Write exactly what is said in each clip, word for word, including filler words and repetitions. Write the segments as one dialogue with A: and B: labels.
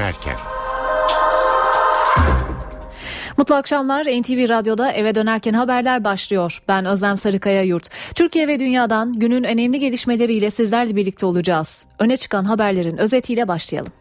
A: dönerken.
B: Mutlu akşamlar. N T V Radyo'da eve dönerken haberler başlıyor. Ben Özlem Sarıkaya Yurt. Türkiye ve dünyadan günün önemli gelişmeleriyle sizlerle birlikte olacağız. Öne çıkan haberlerin özetiyle başlayalım.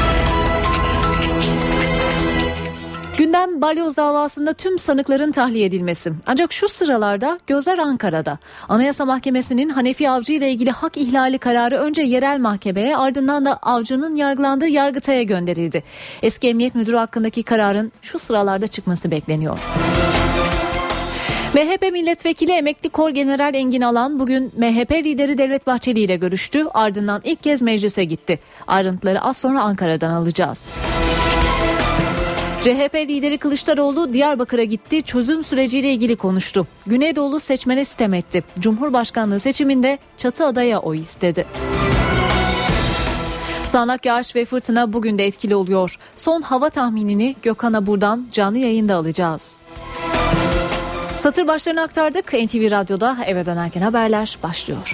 B: Gündem balyoz davasında tüm sanıkların tahliye edilmesi. Ancak şu sıralarda gözler Ankara'da. Anayasa Mahkemesi'nin Hanefi Avcı ile ilgili hak ihlali kararı önce yerel mahkemeye, ardından da avcının yargılandığı Yargıtay'a gönderildi. Eski emniyet müdürü hakkındaki kararın şu sıralarda çıkması bekleniyor. M H P milletvekili emekli Korgeneral Engin Alan bugün M H P lideri Devlet Bahçeli ile görüştü. Ardından ilk kez meclise gitti. Ayrıntıları az sonra Ankara'dan alacağız. C H P lideri Kılıçdaroğlu Diyarbakır'a gitti, çözüm süreciyle ilgili konuştu. Güneydoğulu seçmene sitem etti. Cumhurbaşkanlığı seçiminde çatı adaya oy istedi. Sağanak yağış ve fırtına bugün de etkili oluyor. Son hava tahminini Gökhan Abur'dan canlı yayında alacağız. Satır başlarını aktardık. N T V Radyo'da eve dönerken haberler başlıyor.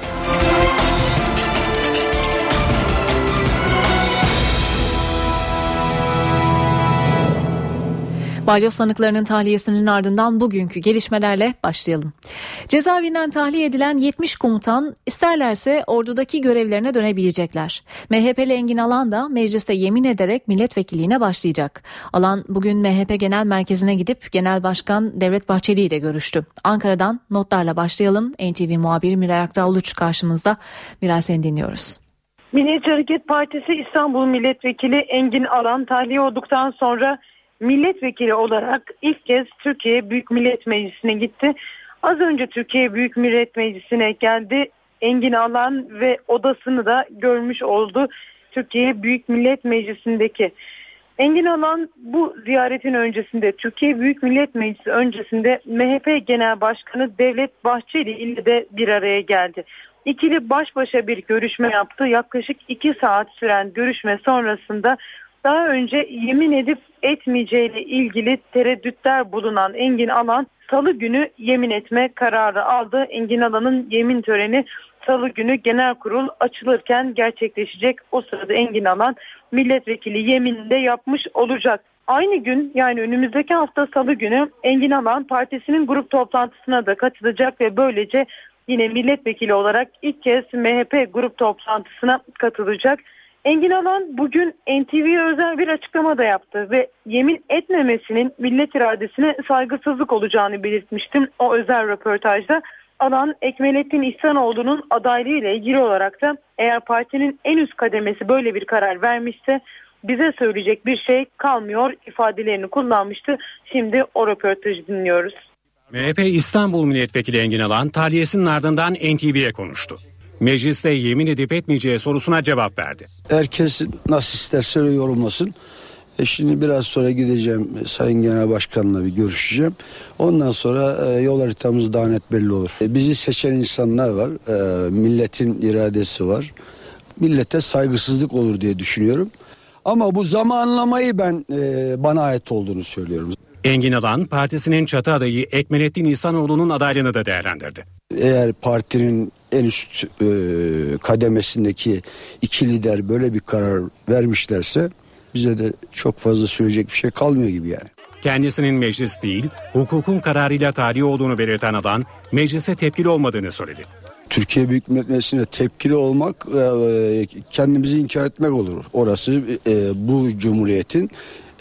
B: Balyoz sanıklarının tahliyesinin ardından bugünkü gelişmelerle başlayalım. Cezaevinden tahliye edilen yetmiş komutan isterlerse ordudaki görevlerine dönebilecekler. M H P'li Engin Alan da mecliste yemin ederek milletvekilliğine başlayacak. Alan bugün M H P Genel Merkezi'ne gidip Genel Başkan Devlet Bahçeli ile görüştü. Ankara'dan notlarla başlayalım. N T V muhabiri Miray Aktağ-Uluç karşımızda. Miray, seni dinliyoruz.
C: Milliyetçi Hareket Partisi İstanbul Milletvekili Engin Alan tahliye olduktan sonra milletvekili olarak ilk kez Türkiye Büyük Millet Meclisi'ne gitti. Az önce Türkiye Büyük Millet Meclisi'ne geldi. Engin Alan ve odasını da görmüş oldu Türkiye Büyük Millet Meclisi'ndeki. Engin Alan bu ziyaretin öncesinde, Türkiye Büyük Millet Meclisi öncesinde M H P Genel Başkanı Devlet Bahçeli ile de bir araya geldi. İkili baş başa bir görüşme yaptı. Yaklaşık iki saat süren görüşme sonrasında daha önce yemin edip etmeyeceğiyle ilgili tereddütler bulunan Engin Alan Salı günü yemin etme kararı aldı. Engin Alan'ın yemin töreni Salı günü genel kurul açılırken gerçekleşecek. O sırada Engin Alan milletvekili yeminini de yapmış olacak. Aynı gün, yani önümüzdeki hafta Salı günü Engin Alan partisinin grup toplantısına da katılacak ve böylece yine milletvekili olarak ilk kez M H P grup toplantısına katılacak. Engin Alan bugün N T V'ye özel bir açıklama da yaptı ve yemin etmemesinin millet iradesine saygısızlık olacağını belirtmiştim o özel röportajda. Alan, Ekmelettin İhsanoğlu'nun adaylığı ile ilgili olarak da eğer partinin en üst kademesi böyle bir karar vermişse bize söyleyecek bir şey kalmıyor ifadelerini kullanmıştı. Şimdi o röportajı dinliyoruz.
A: M H P İstanbul Milletvekili Engin Alan tahliyesinin ardından N T V'ye konuştu. Mecliste yemin edip etmeyeceği sorusuna cevap verdi.
D: Herkes nasıl isterse öyle yorumlasın. E şimdi biraz sonra gideceğim, Sayın Genel Başkan'la bir görüşeceğim. Ondan sonra e, yol haritamız daha net belli olur. E, bizi seçen insanlar var. E, milletin iradesi var. Millete saygısızlık olur diye düşünüyorum. Ama bu zamanlamayı ben e, bana ait olduğunu söylüyorum.
A: Engin Alan partisinin çatı adayı Ekmelettin İhsanoğlu'nun adaylığını da değerlendirdi.
D: Eğer partinin en üst e, kademesindeki iki lider böyle bir karar vermişlerse bize de çok fazla söyleyecek bir şey kalmıyor gibi yani.
A: Kendisinin meclis değil, hukukun kararıyla tahliye olduğunu belirten Alan, meclise tepkili olmadığını söyledi.
D: Türkiye Büyük Millet Meclisi'ne tepkili olmak e, kendimizi inkar etmek olur. Orası e, bu cumhuriyetin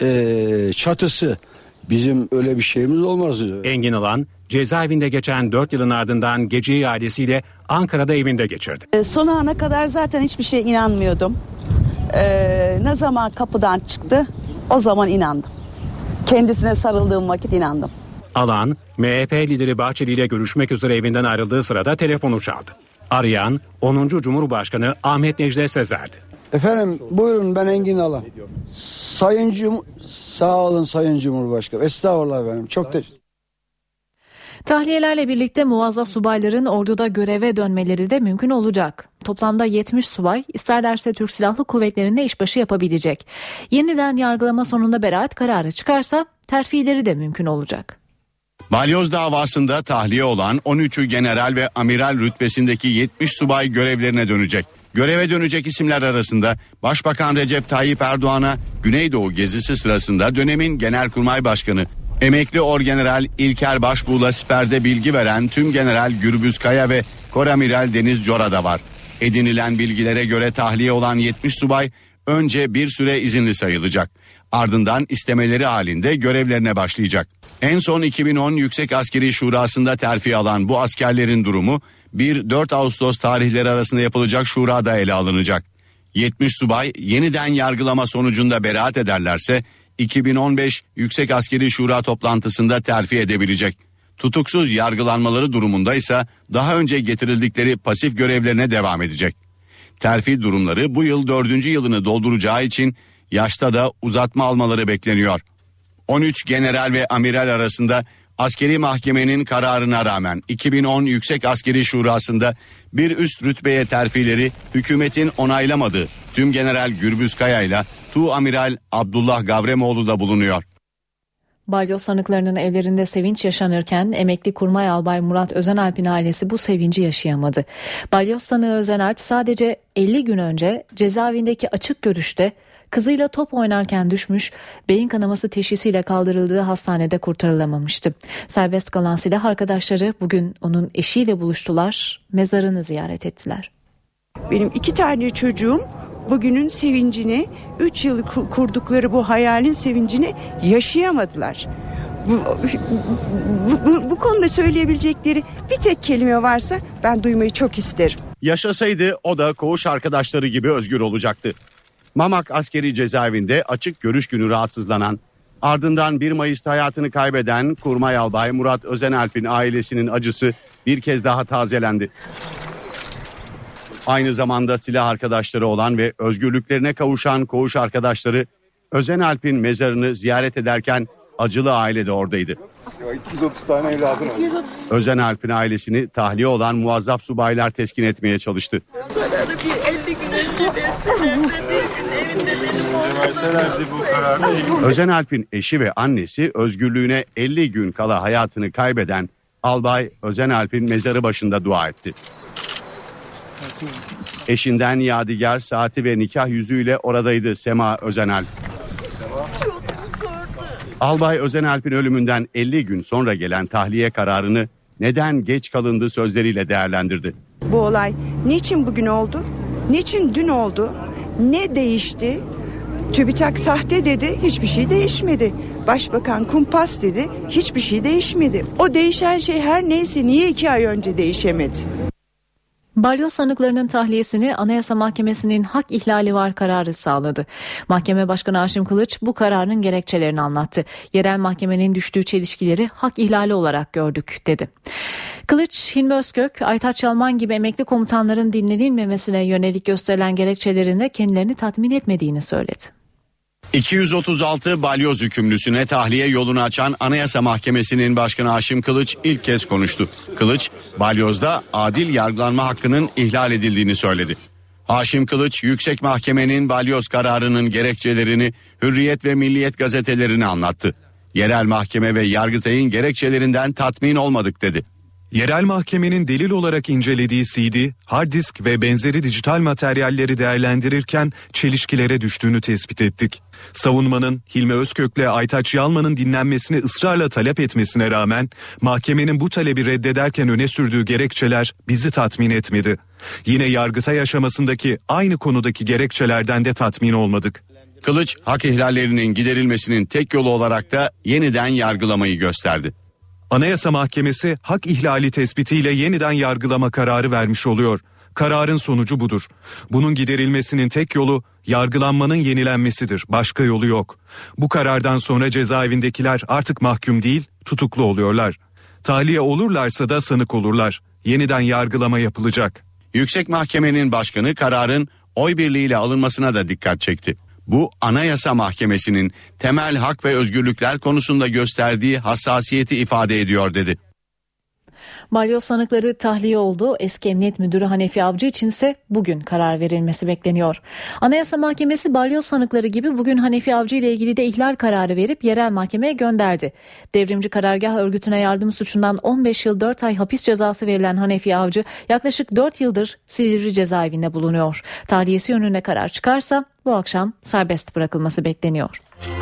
D: e, çatısı. Bizim öyle bir şeyimiz olmaz.
A: Engin Alan, cezaevinde geçen dört yılın ardından geceyi ailesiyle Ankara'da evinde geçirdi.
E: E, son ana kadar zaten hiçbir şeye inanmıyordum. E, ne zaman kapıdan çıktı o zaman inandım. Kendisine sarıldığım vakit inandım.
A: Alan, M H P lideri Bahçeli ile görüşmek üzere evinden ayrıldığı sırada telefonu çaldı. Arayan onuncu Cumhurbaşkanı Ahmet Necdet Sezer'di.
D: Efendim buyurun, ben Engin Alan. Sayın Cum sağ olun Sayın Cumhurbaşkanı. Estağfurullah efendim. Çok teşekkür.
B: Tahliyelerle birlikte muazzaf subayların orduda göreve dönmeleri de mümkün olacak. Toplamda yetmiş subay isterlerse Türk Silahlı Kuvvetleri'nde işbaşı yapabilecek. Yeniden yargılama sonunda beraat kararı çıkarsa terfileri de mümkün olacak.
F: Balyoz davasında tahliye olan on üçü general ve amiral rütbesindeki yetmiş subay görevlerine dönecek. Göreve dönecek isimler arasında Başbakan Recep Tayyip Erdoğan'a Güneydoğu gezisi sırasında dönemin Genelkurmay Başkanı Emekli Orgeneral İlker Başbuğ'la siperde bilgi veren Tümgeneral Gürbüz Kaya ve Koramiral Deniz Cora da var. Edinilen bilgilere göre tahliye olan yetmiş subay önce bir süre izinli sayılacak. Ardından istemeleri halinde görevlerine başlayacak. En son iki bin on Yüksek Askeri Şurası'nda terfi alan bu askerlerin durumu bir dört Ağustos tarihleri arasında yapılacak şurada ele alınacak. yetmiş subay yeniden yargılama sonucunda beraat ederlerse iki bin on beş Yüksek Askeri Şura toplantısında terfi edebilecek. Tutuksuz yargılanmaları durumunda ise daha önce getirildikleri pasif görevlerine devam edecek. Terfi durumları bu yıl dördüncü yılını dolduracağı için yaşta da uzatma almaları bekleniyor. on üç general ve amiral arasında askeri mahkemenin kararına rağmen iki bin on Yüksek Askeri Şurası'nda bir üst rütbeye terfileri hükümetin onaylamadığı Tümgeneral Gürbüz Kaya ile Tuğamiral Abdullah Gavremoğlu da bulunuyor.
B: Balyoz sanıklarının evlerinde sevinç yaşanırken emekli Kurmay Albay Murat Özenalp'in ailesi bu sevinci yaşayamadı. Balyoz sanığı Özenalp sadece elli gün önce cezaevindeki açık görüşte kızıyla top oynarken düşmüş, beyin kanaması teşhisiyle kaldırıldığı hastanede kurtarılamamıştı. Serbest kalan silah arkadaşları bugün onun eşiyle buluştular, mezarını ziyaret ettiler.
G: Benim iki tane çocuğum bugünün sevincini, üç yıl kurdukları bu hayalin sevincini yaşayamadılar. Bu, bu, bu, bu konuda söyleyebilecekleri bir tek kelime varsa ben duymayı çok isterim.
F: Yaşasaydı o da koğuş arkadaşları gibi özgür olacaktı. Mamak Askeri Cezaevinde açık görüş günü rahatsızlanan, ardından bir Mayıs'ta hayatını kaybeden Kurmay Albay Murat Özenalp'in ailesinin acısı bir kez daha tazelendi. Aynı zamanda silah arkadaşları olan ve özgürlüklerine kavuşan koğuş arkadaşları Özenalp'in mezarını ziyaret ederken acılı aile de oradaydı. iki yüz otuz tane evladın oldu. Özenalp'in ailesini tahliye olan muazzaf subaylar teskin etmeye çalıştı. Özenalp'in eşi ve annesi özgürlüğüne elli gün kala hayatını kaybeden Albay Özenalp'in mezarı başında dua etti. Eşinden yadigar saati ve nikah yüzüğüyle oradaydı Sema Özenalp. Albay Özenalp'in ölümünden elli gün sonra gelen tahliye kararını neden geç kalındı sözleriyle değerlendirdi.
G: Bu olay niçin bugün oldu? Niçin dün oldu? Ne değişti? TÜBİTAK sahte dedi, hiçbir şey değişmedi. Başbakan kumpas dedi, hiçbir şey değişmedi. O değişen şey her neyse niye iki ay önce değişemedi?
B: Balyoz sanıklarının tahliyesini Anayasa Mahkemesi'nin hak ihlali var kararı sağladı. Mahkeme Başkanı Haşim Kılıç bu kararın gerekçelerini anlattı. Yerel mahkemenin düştüğü çelişkileri hak ihlali olarak gördük dedi. Kılıç, Hilmi Özkök, Aytaç Çalman gibi emekli komutanların dinlenilmemesine yönelik gösterilen gerekçelerinde kendilerini tatmin etmediğini söyledi.
F: iki yüz otuz altı balyoz hükümlüsüne tahliye yolunu açan Anayasa Mahkemesi'nin Başkanı Haşim Kılıç ilk kez konuştu. Kılıç, balyozda adil yargılanma hakkının ihlal edildiğini söyledi. Haşim Kılıç, Yüksek Mahkemenin balyoz kararının gerekçelerini Hürriyet ve Milliyet gazetelerine anlattı. Yerel mahkeme ve Yargıtay'ın gerekçelerinden tatmin olmadık dedi.
H: Yerel mahkemenin delil olarak incelediği C D, hard disk ve benzeri dijital materyalleri değerlendirirken çelişkilere düştüğünü tespit ettik. Savunmanın Hilmi Özkök'le Aytaç Yalman'ın dinlenmesini ısrarla talep etmesine rağmen mahkemenin bu talebi reddederken öne sürdüğü gerekçeler bizi tatmin etmedi. Yine Yargıtay aşamasındaki aynı konudaki gerekçelerden de tatmin olmadık.
F: Kılıç, hak ihlallerinin giderilmesinin tek yolu olarak da yeniden yargılamayı gösterdi.
H: Anayasa Mahkemesi hak ihlali tespitiyle yeniden yargılama kararı vermiş oluyor. Kararın sonucu budur. Bunun giderilmesinin tek yolu yargılanmanın yenilenmesidir. Başka yolu yok. Bu karardan sonra cezaevindekiler artık mahkum değil, tutuklu oluyorlar. Tahliye olurlarsa da sanık olurlar. Yeniden yargılama yapılacak.
F: Yüksek Mahkemenin başkanı kararın oy birliğiyle alınmasına da dikkat çekti. Bu Anayasa Mahkemesi'nin temel hak ve özgürlükler konusunda gösterdiği hassasiyeti ifade ediyor dedi.
B: Balyoz sanıkları tahliye oldu. Eski Emniyet Müdürü Hanefi Avcı içinse bugün karar verilmesi bekleniyor. Anayasa Mahkemesi balyoz sanıkları gibi bugün Hanefi Avcı ile ilgili de ihlal kararı verip yerel mahkemeye gönderdi. Devrimci Karargah Örgütü'ne yardım suçundan on beş yıl dört ay hapis cezası verilen Hanefi Avcı yaklaşık dört yıldır Silivri cezaevinde bulunuyor. Tahliyesi yönünde karar çıkarsa bu akşam serbest bırakılması bekleniyor.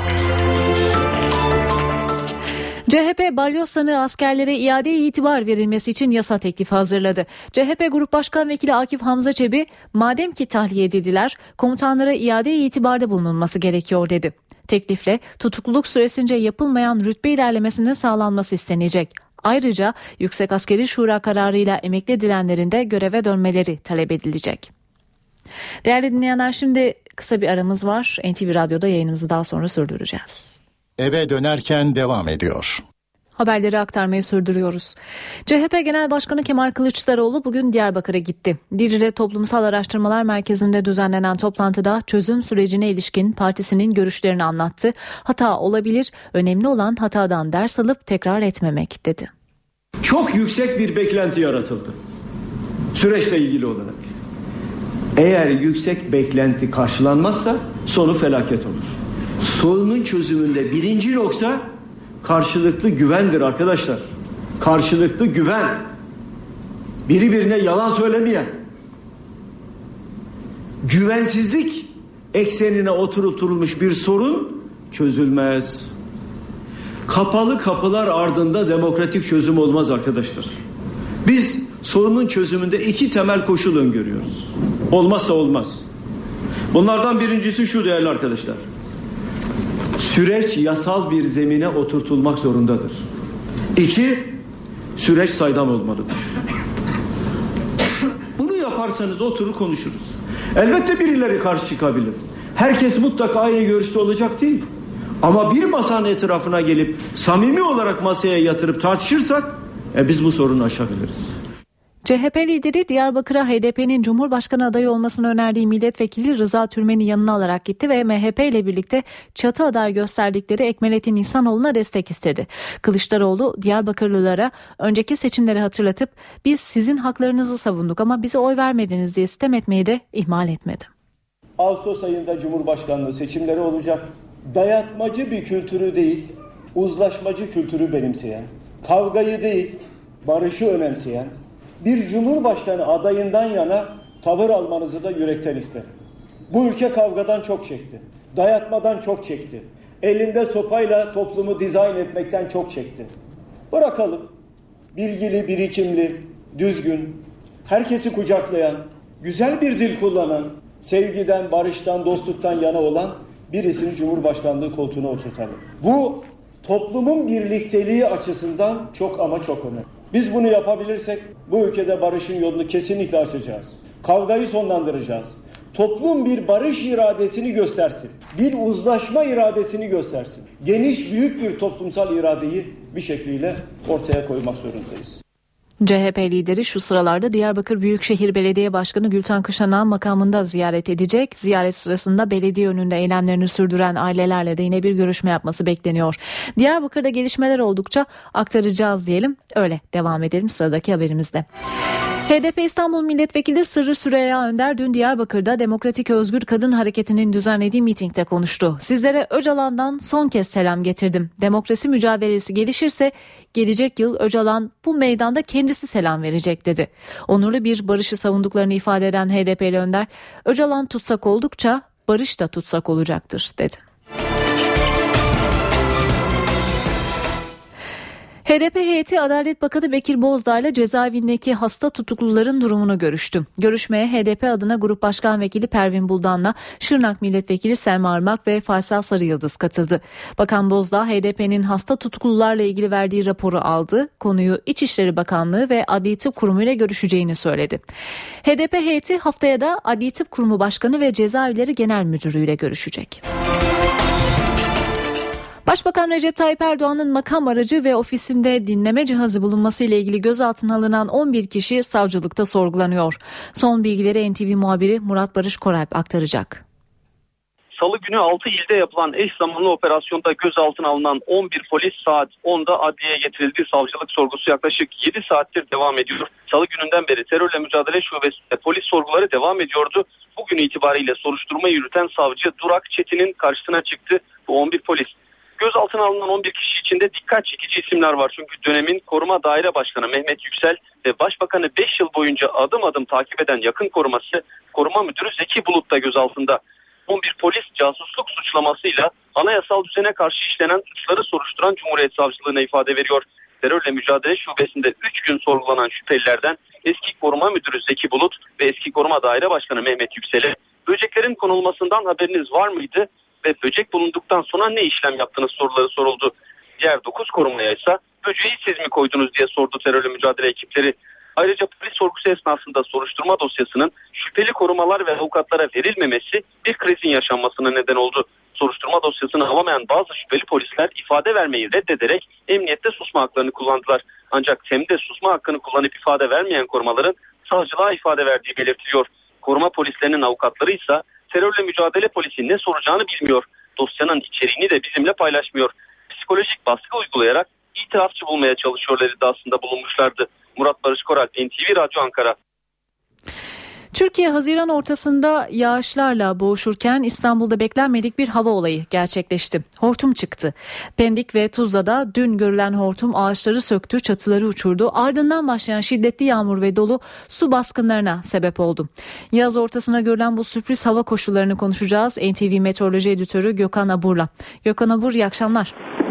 B: C H P balyoz sanığı askerlere iade-i itibar verilmesi için yasa teklifi hazırladı. C H P Grup Başkan Vekili Akif Hamza Çebi, madem ki tahliye edildiler, komutanlara iade-i itibarda bulunulması gerekiyor dedi. Teklifle tutukluluk süresince yapılmayan rütbe ilerlemesinin sağlanması istenecek. Ayrıca Yüksek Askeri Şura kararıyla emekli edilenlerin de göreve dönmeleri talep edilecek. Değerli dinleyenler, şimdi kısa bir aramız var. N T V Radyo'da yayınımızı daha sonra sürdüreceğiz.
I: Eve dönerken devam ediyor.
B: Haberleri aktarmayı sürdürüyoruz. C H P Genel Başkanı Kemal Kılıçdaroğlu bugün Diyarbakır'a gitti. Dicle Toplumsal Araştırmalar Merkezi'nde düzenlenen toplantıda çözüm sürecine ilişkin partisinin görüşlerini anlattı. Hata olabilir, önemli olan hatadan ders alıp tekrar etmemek dedi.
J: Çok yüksek bir beklenti yaratıldı süreçle ilgili olarak. Eğer yüksek beklenti karşılanmazsa sonu felaket olur. Sorunun çözümünde birinci nokta karşılıklı güvendir arkadaşlar. Karşılıklı güven. Biri birine yalan söylemeyen, güvensizlik eksenine oturtulmuş bir sorun çözülmez. Kapalı kapılar ardında demokratik çözüm olmaz arkadaşlar. Biz sorunun çözümünde iki temel koşul öngörüyoruz. Olmazsa olmaz. Bunlardan birincisi şu değerli arkadaşlar. Süreç yasal bir zemine oturtulmak zorundadır. İki, süreç saydam olmalıdır. Bunu yaparsanız oturur konuşuruz. Elbette birileri karşı çıkabilir. Herkes mutlaka aynı görüşte olacak değil. Ama bir masanın etrafına gelip samimi olarak masaya yatırıp tartışırsak e, biz bu sorunu aşabiliriz.
B: C H P lideri Diyarbakır'a H D P'nin Cumhurbaşkanı adayı olmasını önerdiği milletvekili Rıza Türmen'i yanına alarak gitti ve M H P ile birlikte çatı aday gösterdikleri Ekmelettin İhsanoğlu'na destek istedi. Kılıçdaroğlu Diyarbakırlılara önceki seçimleri hatırlatıp biz sizin haklarınızı savunduk ama bize oy vermediniz diye sitem etmeyi de ihmal etmedi.
J: Ağustos ayında Cumhurbaşkanlığı seçimleri olacak. Dayatmacı bir kültürü değil, uzlaşmacı kültürü benimseyen, kavgayı değil, barışı önemseyen bir Cumhurbaşkanı adayından yana tavır almanızı da yürekten isterim. Bu ülke kavgadan çok çekti. Dayatmadan çok çekti. Elinde sopayla toplumu dizayn etmekten çok çekti. Bırakalım. Bilgili, birikimli, düzgün, herkesi kucaklayan, güzel bir dil kullanan, sevgiden, barıştan, dostluktan yana olan birisini Cumhurbaşkanlığı koltuğuna oturtalım. Bu toplumun birlikteliği açısından çok ama çok önemli. Biz bunu yapabilirsek bu ülkede barışın yolunu kesinlikle açacağız. Kavgayı sonlandıracağız. Toplum bir barış iradesini göstersin. Bir uzlaşma iradesini göstersin. Geniş, büyük bir toplumsal iradeyi bir şekliyle ortaya koymak zorundayız.
B: C H P lideri şu sıralarda Diyarbakır Büyükşehir Belediye Başkanı Gülten Kışanak'ı makamında ziyaret edecek. Ziyaret sırasında belediye önünde eylemlerini sürdüren ailelerle de yine bir görüşme yapması bekleniyor. Diyarbakır'da gelişmeler oldukça aktaracağız diyelim. Öyle devam edelim sıradaki haberimizde. H D P İstanbul Milletvekili Sırrı Süreyya Önder dün Diyarbakır'da Demokratik Özgür Kadın Hareketi'nin düzenlediği mitingde konuştu. Sizlere Öcalan'dan son kez selam getirdim. Demokrasi mücadelesi gelişirse gelecek yıl Öcalan bu meydanda kendisi selam verecek dedi. Onurlu bir barışı savunduklarını ifade eden H D P'li Önder, Öcalan tutsak oldukça barış da tutsak olacaktır dedi. H D P heyeti Adalet Bakanı Bekir Bozdağ ile cezaevindeki hasta tutukluların durumunu görüştü. Görüşmeye H D P adına Grup Başkan Vekili Pervin Buldan'la Şırnak Milletvekili Selma Armak ve Faysal Sarıyıldız katıldı. Bakan Bozdağ H D P'nin hasta tutuklularla ilgili verdiği raporu aldı. Konuyu İçişleri Bakanlığı ve Adli Tıp Kurumu ile görüşeceğini söyledi. H D P heyeti haftaya da Adli Tıp Kurumu Başkanı ve Cezaevleri Genel Müdürü ile görüşecek. Başbakan Recep Tayyip Erdoğan'ın makam aracı ve ofisinde dinleme cihazı bulunması ile ilgili gözaltına alınan on bir kişi savcılıkta sorgulanıyor. Son bilgileri N T V muhabiri Murat Barış Koralp aktaracak.
K: Salı günü altı ilde yapılan eş zamanlı operasyonda gözaltına alınan on bir polis saat onda adliyeye getirildi. Savcılık sorgusu yaklaşık yedi saattir devam ediyor. Salı gününden beri terörle mücadele şubesinde polis sorguları devam ediyordu. Bugün itibariyle soruşturma yürüten savcı Durak Çetin'in karşısına çıktı. Bu on bir polis. Gözaltına alınan on bir kişi içinde dikkat çekici isimler var. Çünkü dönemin Koruma Daire Başkanı Mehmet Yüksel ve Başbakanı beş yıl boyunca adım adım takip eden yakın koruması Koruma Müdürü Zeki Bulut da gözaltında. on bir polis casusluk suçlamasıyla anayasal düzene karşı işlenen suçları soruşturan Cumhuriyet Savcılığına ifade veriyor. Terörle mücadele şubesinde üç gün sorgulanan şüphelilerden eski Koruma Müdürü Zeki Bulut ve eski Koruma Daire Başkanı Mehmet Yüksel'e böceklerin konulmasından haberiniz var mıydı ve böcek bulunduktan sonra ne işlem yaptınız soruları soruldu. Diğer dokuz korumaya ise böceği siz mi koydunuz diye sordu terörle mücadele ekipleri. Ayrıca polis sorgusu esnasında soruşturma dosyasının şüpheli korumalar ve avukatlara verilmemesi bir krizin yaşanmasına neden oldu. Soruşturma dosyasını alamayan bazı şüpheli polisler ifade vermeyi reddederek emniyette susma haklarını kullandılar. Ancak temde susma hakkını kullanıp ifade vermeyen korumaların savcılığa ifade verdiği belirtiliyor. Koruma polislerinin avukatları ise terörle mücadele polisi ne soracağını bilmiyor. Dosyanın içeriğini de bizimle paylaşmıyor. Psikolojik baskı uygulayarak itirafçı bulmaya çalışıyorlar iddiasında bulunmuşlardı. Murat Barış Koral, N T V Radyo Ankara.
B: Türkiye Haziran ortasında yağışlarla boğuşurken İstanbul'da beklenmedik bir hava olayı gerçekleşti. Hortum çıktı. Pendik ve Tuzla'da dün görülen hortum ağaçları söktü, çatıları uçurdu. Ardından başlayan şiddetli yağmur ve dolu su baskınlarına sebep oldu. Yaz ortasına görülen bu sürpriz hava koşullarını konuşacağız. N T V Meteoroloji Editörü Gökhan Abur'la. Gökhan Abur, iyi akşamlar.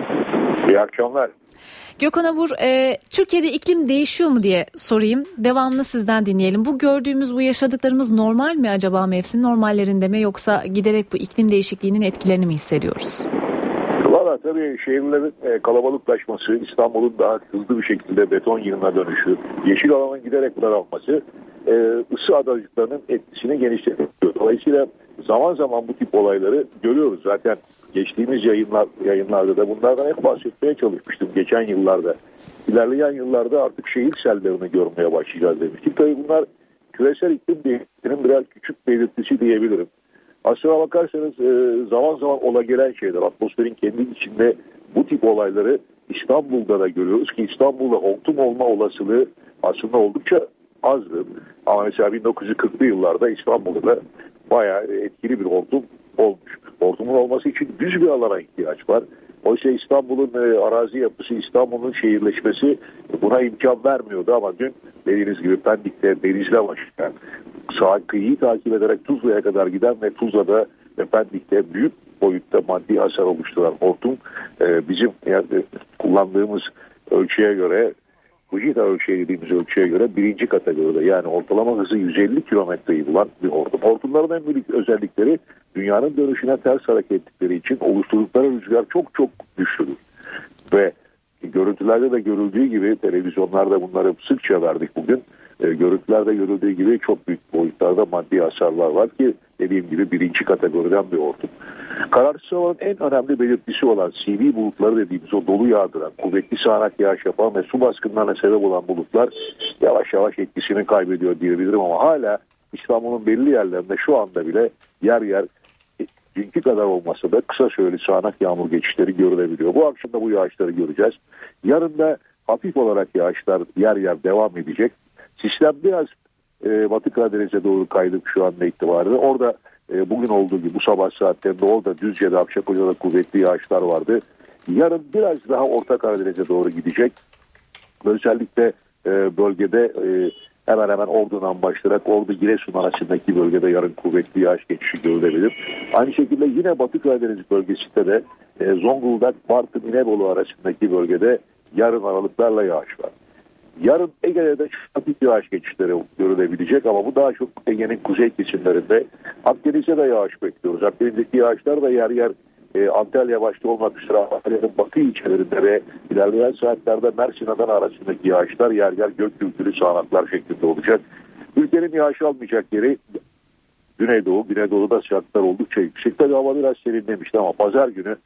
L: İyi akşamlar.
B: Gökhan Abur, e, Türkiye'de iklim değişiyor mu diye sorayım. Devamlı sizden dinleyelim. Bu gördüğümüz, bu yaşadıklarımız normal mi acaba, mevsim normallerinde mi, yoksa giderek bu iklim değişikliğinin etkilerini mi hissediyoruz?
L: Valla tabii şehirlerin e, kalabalıklaşması, İstanbul'un daha hızlı bir şekilde beton yığınına dönüşü, yeşil alanın giderek daralması e, ısı adacıklarının etkisini genişletiyor. Dolayısıyla zaman zaman bu tip olayları görüyoruz. Zaten geçtiğimiz yayınlar, yayınlarda da bunlardan hep bahsetmeye çalışmıştım geçen yıllarda. İlerleyen yıllarda artık şehir sellerini görmeye başlayacağız demiştik. Tabii bunlar küresel iklim değişikliğinin biraz küçük belirtisi diyebilirim. Aslına bakarsanız zaman zaman ola gelen şeyler, atmosferin kendi içinde bu tip olayları İstanbul'da da görüyoruz ki İstanbul'da hortum olma olasılığı aslında oldukça azdı. Ama mesela bin dokuz yüz kırklı yıllarda İstanbul'da da bayağı etkili bir hortum olmuş. Hortumun olması için düz bir alana ihtiyaç var. Oysa İstanbul'un e, arazi yapısı, İstanbul'un şehirleşmesi buna imkan vermiyordu ama dün dediğiniz gibi Pendik'te denizle başlayan, sağ kıyıyı takip ederek Tuzla'ya kadar giden ve Tuzla'da ve Pendik'te büyük boyutta maddi hasar oluşturan hortum e, bizim yani, kullandığımız ölçüye göre, Fujita ölçeği dediğimiz ölçüye göre birinci kategoride, yani ortalama hızı yüz elli kilometreyi bulan bir hortum. Hortumların en büyük özellikleri dünyanın dönüşüne ters hareket ettikleri için oluşturdukları rüzgar çok çok güçlüdür. Ve görüntülerde de görüldüğü gibi, televizyonlarda bunları sıkça verdik bugün, e, görüntülerde görüldüğü gibi çok büyük boyutlarda maddi hasarlar var ki dediğim gibi birinci kategoriden bir hortum. Kararsız havanın en önemli belirtisi olan C V bulutları dediğimiz o dolu yağdıran, kuvvetli sağanak yağış yapan ve su baskınlarına sebep olan bulutlar yavaş yavaş etkisini kaybediyor diyebilirim ama hala İstanbul'un belli yerlerinde şu anda bile yer yer dünkü kadar olmasa da kısa süreli sağanak yağmur geçişleri görülebiliyor. Bu akşam da bu yağışları göreceğiz. Yarın da hafif olarak yağışlar yer yer devam edecek. Sistem biraz e, Batı Karadeniz'e doğru kaydı şu anda itibariyle. Orada e, bugün olduğu gibi bu sabah saatlerinde orada Düzce'de, Akçakoca'da kuvvetli yağışlar vardı. Yarın biraz daha Orta Karadeniz'e doğru gidecek. Özellikle e, bölgede e, hemen hemen Ordu'dan başlayarak Ordu-Giresun arasındaki bölgede yarın kuvvetli yağış geçişi görülebilir. Aynı şekilde yine Batı Karadeniz bölgesinde de e, Zonguldak, Bartın, İnebolu arasındaki bölgede yarın aralıklarla yağış var. Yarın Ege'de de hafif yağış geçişleri görülebilecek ama bu daha çok Ege'nin kuzey kesimlerinde. Akdeniz'e de yağış bekliyoruz. Akdeniz'deki yağışlar da yer yer e, Antalya başta olmak üzere Antalya'nın batı ilçelerinde ve ilerleyen saatlerde Mersin Adana arasındaki yağışlar yer yer gök gürültülü sağanaklar şeklinde olacak. Ülkenin yağış almayacak yeri Güneydoğu. Güneydoğu'da sıcaklıklar oldukça yüksek. Tabii hava biraz serinlemişti ama pazar günü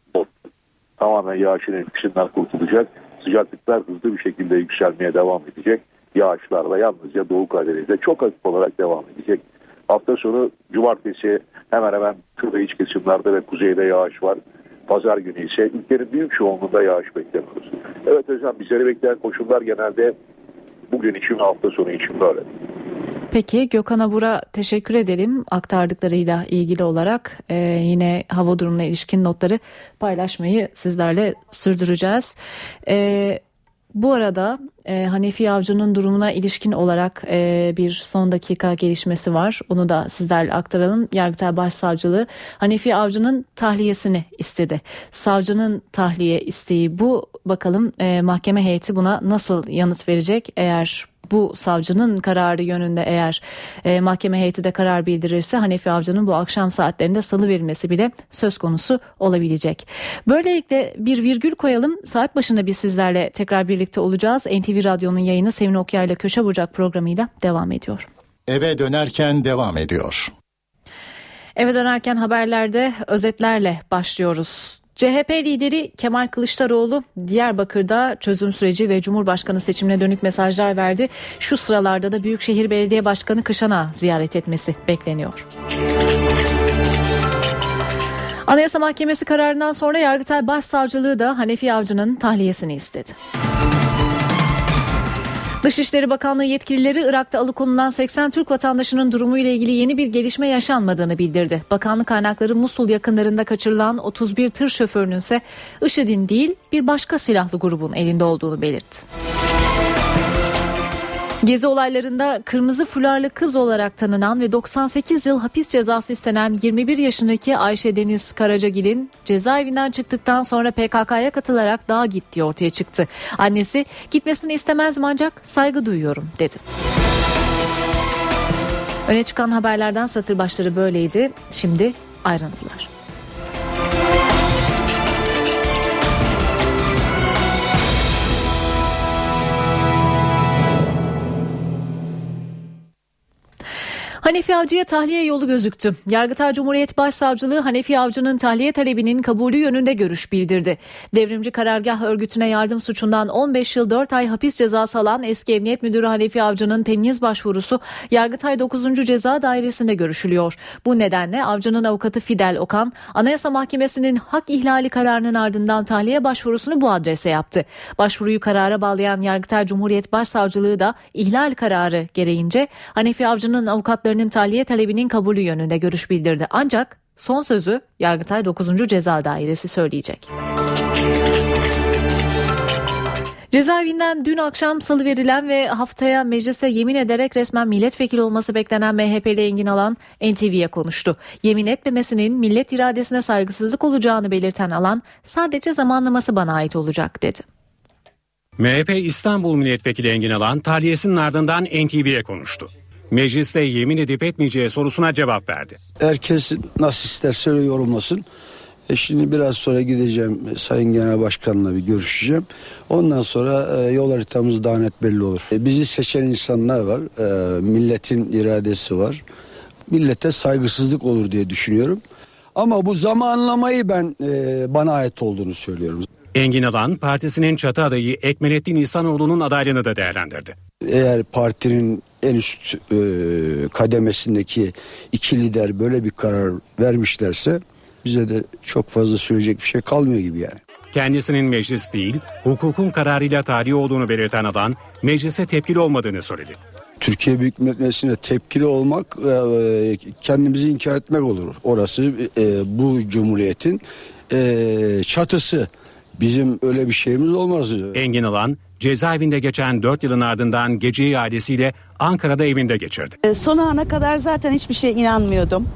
L: tamamen yağışın etkisinden kurtulacak. Sıcaklıklar hızlı bir şekilde yükselmeye devam edecek. Yağışlar da yalnızca Doğu Karadeniz'de çok hafif olarak devam edecek. Hafta sonu cumartesi hemen hemen kırda iç kesimlerde ve kuzeyde yağış var. Pazar günü ise ülkenin büyük çoğunluğunda yağış beklemiyoruz. Evet Özlem, bizleri bekleyen koşullar genelde bugün için ve hafta sonu için böyle.
B: Peki Gökhan Abur'a teşekkür edelim aktardıklarıyla ilgili olarak. Ee, yine hava durumuna ilişkin notları paylaşmayı sizlerle sürdüreceğiz. Ee, bu arada e, Hanefi Avcı'nın durumuna ilişkin olarak e, bir son dakika gelişmesi var. Onu da sizlerle aktaralım. Yargıtay Başsavcılığı Hanefi Avcı'nın tahliyesini istedi. Savcının tahliye isteği bu. Bakalım e, mahkeme heyeti buna nasıl yanıt verecek? Eğer bu savcının kararı yönünde eğer e, mahkeme heyeti de karar bildirirse Hanefi Avcı'nın bu akşam saatlerinde salıverilmesi bile söz konusu olabilecek. Böylelikle bir virgül koyalım. Saat başında biz sizlerle tekrar birlikte olacağız. N T V Radyo'nun yayını Sevin Okyar ile Köşe Bucak programıyla devam ediyor.
I: Eve dönerken devam ediyor.
B: Eve dönerken haberlerde özetlerle başlıyoruz. C H P lideri Kemal Kılıçdaroğlu Diyarbakır'da çözüm süreci ve Cumhurbaşkanı seçimine dönük mesajlar verdi. Şu sıralarda da Büyükşehir Belediye Başkanı Kışan'a ziyaret etmesi bekleniyor. Anayasa Mahkemesi kararından sonra Yargıtay Başsavcılığı da Hanefi Avcı'nın tahliyesini istedi. Dışişleri Bakanlığı yetkilileri Irak'ta alıkonulan seksen Türk vatandaşının durumuyla ilgili yeni bir gelişme yaşanmadığını bildirdi. Bakanlık kaynakları Musul yakınlarında kaçırılan otuz bir tır şoförünün ise IŞİD'in değil bir başka silahlı grubun elinde olduğunu belirtti. Gezi olaylarında kırmızı fularlı kız olarak tanınan ve doksan sekiz yıl hapis cezası istenen yirmi bir yaşındaki Ayşe Deniz Karacagil'in cezaevinden çıktıktan sonra P K K'ya katılarak dağa gittiği ortaya çıktı. Annesi gitmesini istemezdim ancak saygı duyuyorum dedi. Öne çıkan haberlerden satır başları böyleydi. Şimdi ayrıntılar. Hanefi Avcı'ya tahliye yolu gözüktü. Yargıtay Cumhuriyet Başsavcılığı Hanefi Avcı'nın tahliye talebinin kabulü yönünde görüş bildirdi. Devrimci Karargah Örgütü'ne yardım suçundan on beş yıl dört ay hapis cezası alan eski Emniyet Müdürü Hanefi Avcı'nın temyiz başvurusu Yargıtay dokuzuncu Ceza Dairesi'nde görüşülüyor. Bu nedenle Avcı'nın avukatı Fidel Okan, Anayasa Mahkemesi'nin hak ihlali kararının ardından tahliye başvurusunu bu adrese yaptı. Başvuruyu karara bağlayan Yargıtay Cumhuriyet Başsavcılığı da ihlal kararı gereğince Hanefi Avcı'nın avukatlarının tahliye talebinin kabulü yönünde görüş bildirdi. Ancak son sözü Yargıtay dokuzuncu Ceza Dairesi söyleyecek. Cezaevinden dün akşam salıverilen ve haftaya meclise yemin ederek resmen milletvekili olması beklenen M H P'li Engin Alan N T V'ye konuştu. Yemin etmemesinin millet iradesine saygısızlık olacağını belirten Alan, sadece zamanlaması bana ait olacak dedi.
A: M H P İstanbul Milletvekili Engin Alan tahliyesinin ardından N T V'ye konuştu. Mecliste yemin edip etmeyeceği sorusuna cevap verdi.
D: Herkes nasıl isterse öyle yorumlasın. E şimdi biraz sonra gideceğim Sayın Genel Başkan'la bir görüşeceğim. Ondan sonra e, yol haritamız daha net belli olur. E, bizi seçen insanlar var. E, milletin iradesi var. Millete saygısızlık olur diye düşünüyorum. Ama bu zamanlamayı ben e, bana ait olduğunu söylüyorum.
A: Engin Alan partisinin çatı adayı Ekmelettin İhsanoğlu'nun adaylığını da değerlendirdi.
D: Eğer partinin en üst e, kademesindeki iki lider böyle bir karar vermişlerse bize de çok fazla söyleyecek bir şey kalmıyor gibi yani.
A: Kendisinin meclis değil, hukukun kararıyla tahliye olduğunu belirten Alan, meclise tepkili olmadığını söyledi.
D: Türkiye Büyük Millet Meclisi'ne tepkili olmak e, kendimizi inkar etmek olur. Orası e, bu cumhuriyetin e, çatısı. Bizim öyle bir şeyimiz olmaz.
A: Engin Alan, cezaevinde geçen dört yılın ardından geceyi ailesiyle Ankara'da evinde geçirdi.
E: E, son ana kadar zaten hiçbir şeye inanmıyordum.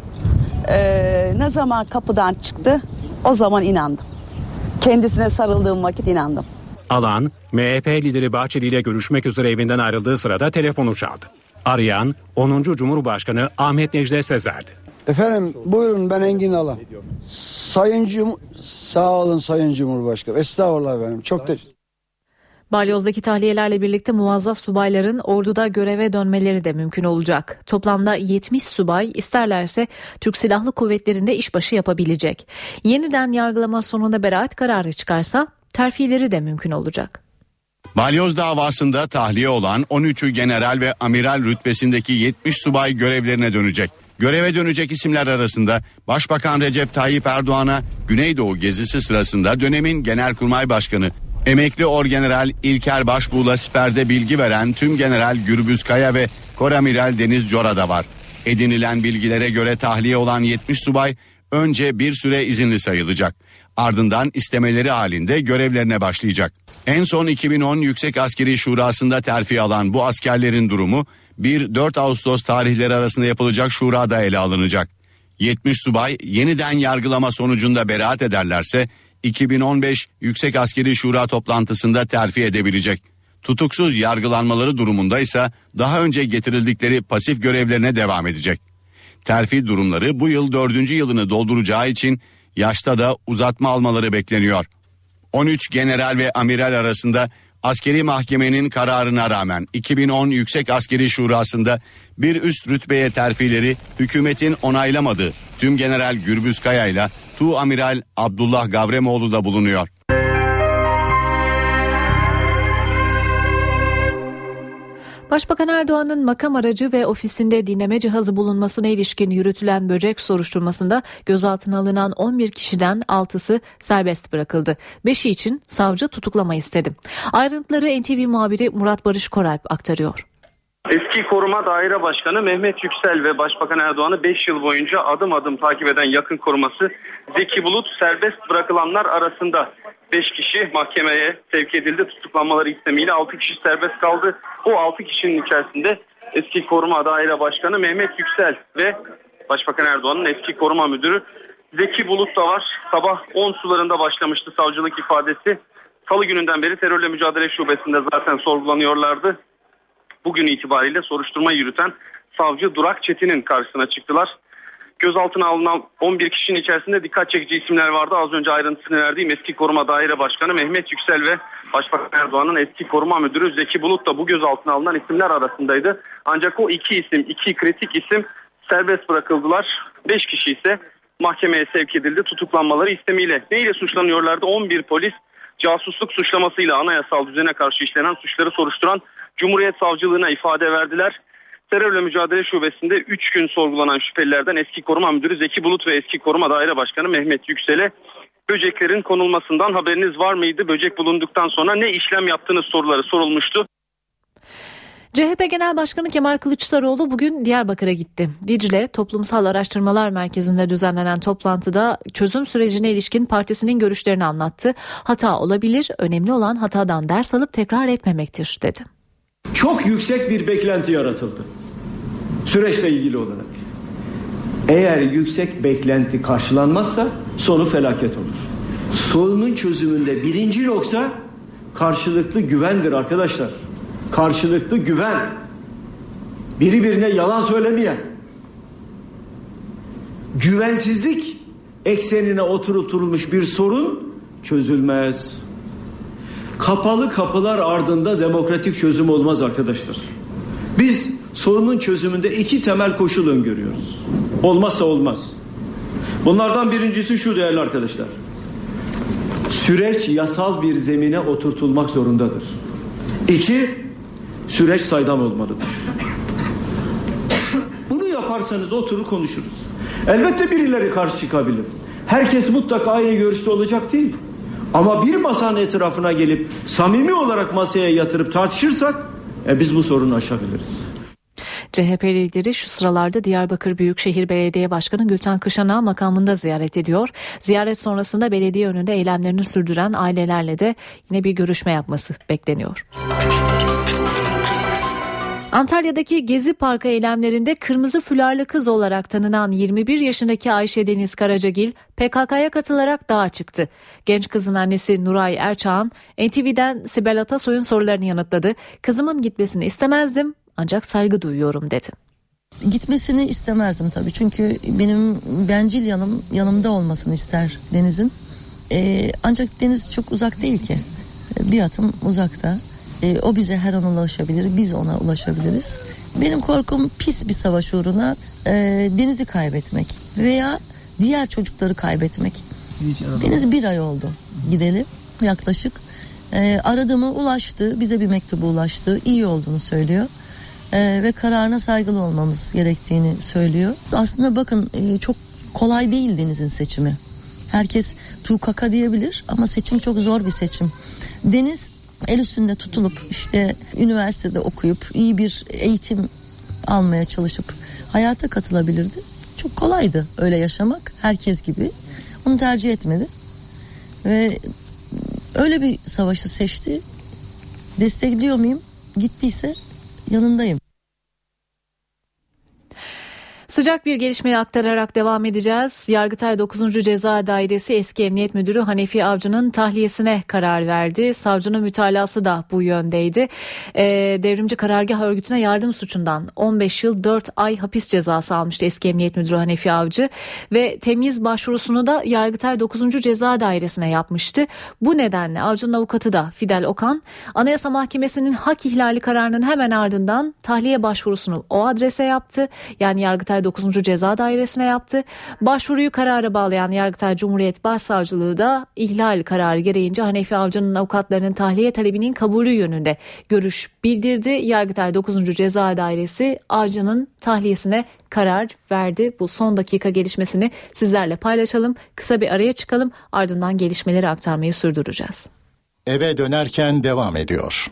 E: E, ne zaman kapıdan çıktı o zaman inandım. Kendisine sarıldığım vakit inandım.
A: Alan, M H P lideri Bahçeli ile görüşmek üzere evinden ayrıldığı sırada telefonu çaldı. Arayan onuncu Cumhurbaşkanı Ahmet Necdet Sezer'di.
D: Efendim buyurun, ben Engin Alan. Sayın Cum sağ olun Sayın Cumhurbaşkanı. Estağfurullah efendim. Çok teşekkür.
B: Balyozdaki tahliyelerle birlikte muvazzaf subayların orduda göreve dönmeleri de mümkün olacak. Toplamda yetmiş subay isterlerse Türk Silahlı Kuvvetleri'nde işbaşı yapabilecek. Yeniden yargılama sonunda beraat kararı çıkarsa terfileri de mümkün olacak.
F: Balyoz davasında tahliye olan on üçü general ve amiral rütbesindeki yetmiş subay görevlerine dönecek. Göreve dönecek isimler arasında Başbakan Recep Tayyip Erdoğan'a Güneydoğu gezisi sırasında dönemin Genelkurmay Başkanı, emekli Orgeneral İlker Başbuğ'la siperde bilgi veren Tüm General Gürbüz Kaya ve Koramiral Deniz Cora da var. Edinilen bilgilere göre tahliye olan yetmiş subay önce bir süre izinli sayılacak. Ardından istemeleri halinde görevlerine başlayacak. En son iki bin on Yüksek Askeri Şurası'nda terfi alan bu askerlerin durumu bir dört Ağustos tarihleri arasında yapılacak şurada ele alınacak. yetmiş subay yeniden yargılama sonucunda beraat ederlerse iki bin on beş Yüksek Askeri Şura toplantısında terfi edebilecek. Tutuksuz yargılanmaları durumunda ise daha önce getirildikleri pasif görevlerine devam edecek. Terfi durumları bu yıl dördüncü yılını dolduracağı için yaşta da uzatma almaları bekleniyor. on üç general ve amiral arasında askeri mahkemenin kararına rağmen iki bin on Yüksek Askeri Şurası'nda bir üst rütbeye terfileri hükümetin onaylamadığı Tüm General Gürbüz Kaya ile Tu Amiral Abdullah Gavremoğlu da bulunuyor.
B: Başbakan Erdoğan'ın makam aracı ve ofisinde dinleme cihazı bulunmasına ilişkin yürütülen böcek soruşturmasında gözaltına alınan on bir kişiden altısı serbest bırakıldı. beşi için savcı tutuklama istedi. Ayrıntıları N T V muhabiri Murat Barış Koralp aktarıyor.
K: Eski Koruma Daire Başkanı Mehmet Yüksel ve Başbakan Erdoğan'ı beş yıl boyunca adım adım takip eden yakın koruması Zeki Bulut serbest bırakılanlar arasında. beş kişi mahkemeye sevk edildi. Tutuklanmaları istemiyle altı kişi serbest kaldı. O altı kişinin içerisinde eski Koruma Daire Başkanı Mehmet Yüksel ve Başbakan Erdoğan'ın eski koruma müdürü Zeki Bulut da var. Sabah on sularında başlamıştı savcılık ifadesi. Salı gününden beri terörle mücadele şubesinde zaten sorgulanıyorlardı. Bugün itibariyle soruşturma yürüten savcı Durak Çetin'in karşısına çıktılar. Gözaltına alınan on bir kişinin içerisinde dikkat çekici isimler vardı. Az önce ayrıntısını verdiğim eski Koruma Daire Başkanı Mehmet Yüksel ve Başbakan Erdoğan'ın eski koruma müdürü Zeki Bulut da bu gözaltına alınan isimler arasındaydı. Ancak o iki isim, iki kritik isim serbest bırakıldılar. Beş kişi ise mahkemeye sevk edildi tutuklanmaları istemiyle. Neyle suçlanıyorlardı? on bir polis casusluk suçlamasıyla anayasal düzene karşı işlenen suçları soruşturan Cumhuriyet Savcılığına ifade verdiler. Terörle mücadele şubesinde üç gün sorgulanan şüphelilerden eski koruma müdürü Zeki Bulut ve eski koruma daire başkanı Mehmet Yüksel'e böceklerin konulmasından haberiniz var mıydı? Böcek bulunduktan sonra ne işlem yaptığınız soruları sorulmuştu.
B: C H P Genel Başkanı Kemal Kılıçdaroğlu bugün Diyarbakır'a gitti. Dicle Toplumsal Araştırmalar Merkezi'nde düzenlenen toplantıda çözüm sürecine ilişkin partisinin görüşlerini anlattı. Hata olabilir, önemli olan hatadan ders alıp tekrar etmemektir dedi.
J: Çok yüksek bir beklenti yaratıldı süreçle ilgili olarak. Eğer yüksek beklenti karşılanmazsa sonu felaket olur. Sorunun çözümünde birinci nokta karşılıklı güvendir arkadaşlar. Karşılıklı güven. Biri birine yalan söylemeyen. Güvensizlik eksenine oturtulmuş bir sorun çözülmez. Kapalı kapılar ardında demokratik çözüm olmaz arkadaşlar. Biz sorunun çözümünde iki temel koşul öngörüyoruz. Olmazsa olmaz. Bunlardan birincisi şu değerli arkadaşlar. Süreç yasal bir zemine oturtulmak zorundadır. İki, süreç saydam olmalıdır. Bunu yaparsanız oturur konuşuruz. Elbette birileri karşı çıkabilir. Herkes mutlaka aynı görüşte olacak değil. Ama bir masanın etrafına gelip samimi olarak masaya yatırıp tartışırsak e, biz bu sorunu aşabiliriz.
B: C H P lideri şu sıralarda Diyarbakır Büyükşehir Belediye Başkanı Gülten Kışanak'ı makamında ziyaret ediyor. Ziyaret sonrasında belediye önünde eylemlerini sürdüren ailelerle de yine bir görüşme yapması bekleniyor. Antalya'daki Gezi Parkı eylemlerinde kırmızı fularlı kız olarak tanınan yirmi bir yaşındaki Ayşe Deniz Karacagil P K K'ya katılarak dağa çıktı. Genç kızın annesi Nuray Erçağan N T V'den Sibel Atasoy'un sorularını yanıtladı. Kızımın gitmesini istemezdim ancak saygı duyuyorum dedi.
M: Gitmesini istemezdim tabii çünkü benim bencil yanım yanımda olmasını ister Deniz'in. Ee, ancak Deniz çok uzak değil ki, bir adım uzakta. Ee, o bize her an ulaşabilir, biz ona ulaşabiliriz. Benim korkum pis bir savaş uğruna e, Deniz'i kaybetmek veya diğer çocukları kaybetmek. Deniz bir ay oldu gideli yaklaşık. E, aradığımı ulaştı, bize bir mektubu ulaştı, iyi olduğunu söylüyor. E, ve kararına saygılı olmamız gerektiğini söylüyor. Aslında bakın e, çok kolay değil Deniz'in seçimi. Herkes tukaka diyebilir ama seçim çok zor bir seçim. Deniz el üstünde tutulup işte üniversitede okuyup iyi bir eğitim almaya çalışıp hayata katılabilirdi. Çok kolaydı öyle yaşamak, herkes gibi. Onu tercih etmedi ve öyle bir savaşı seçti. Destekliyor muyum? Gittiyse yanındayım.
B: Sıcak bir gelişmeyi aktararak devam edeceğiz. Yargıtay dokuzuncu Ceza Dairesi eski Emniyet Müdürü Hanefi Avcı'nın tahliyesine karar verdi. Savcının mütalası da bu yöndeydi. Ee, devrimci karargah örgütüne yardım suçundan on beş yıl dört ay hapis cezası almıştı eski Emniyet Müdürü Hanefi Avcı. Ve temyiz başvurusunu da Yargıtay dokuzuncu Ceza Dairesi'ne yapmıştı. Bu nedenle Avcı'nın avukatı da Fidel Okan, Anayasa Mahkemesi'nin hak ihlali kararının hemen ardından tahliye başvurusunu o adrese yaptı. Yani Yargıtay dokuzuncu Ceza Dairesi'ne yaptı. Başvuruyu karara bağlayan Yargıtay Cumhuriyet Başsavcılığı da ihlal kararı gereğince Hanefi Avcı'nın avukatlarının tahliye talebinin kabulü yönünde görüş bildirdi. Yargıtay dokuzuncu Ceza Dairesi Avcı'nın tahliyesine karar verdi. Bu son dakika gelişmesini sizlerle paylaşalım. Kısa bir araya çıkalım, ardından gelişmeleri aktarmayı sürdüreceğiz.
I: Eve dönerken devam ediyor.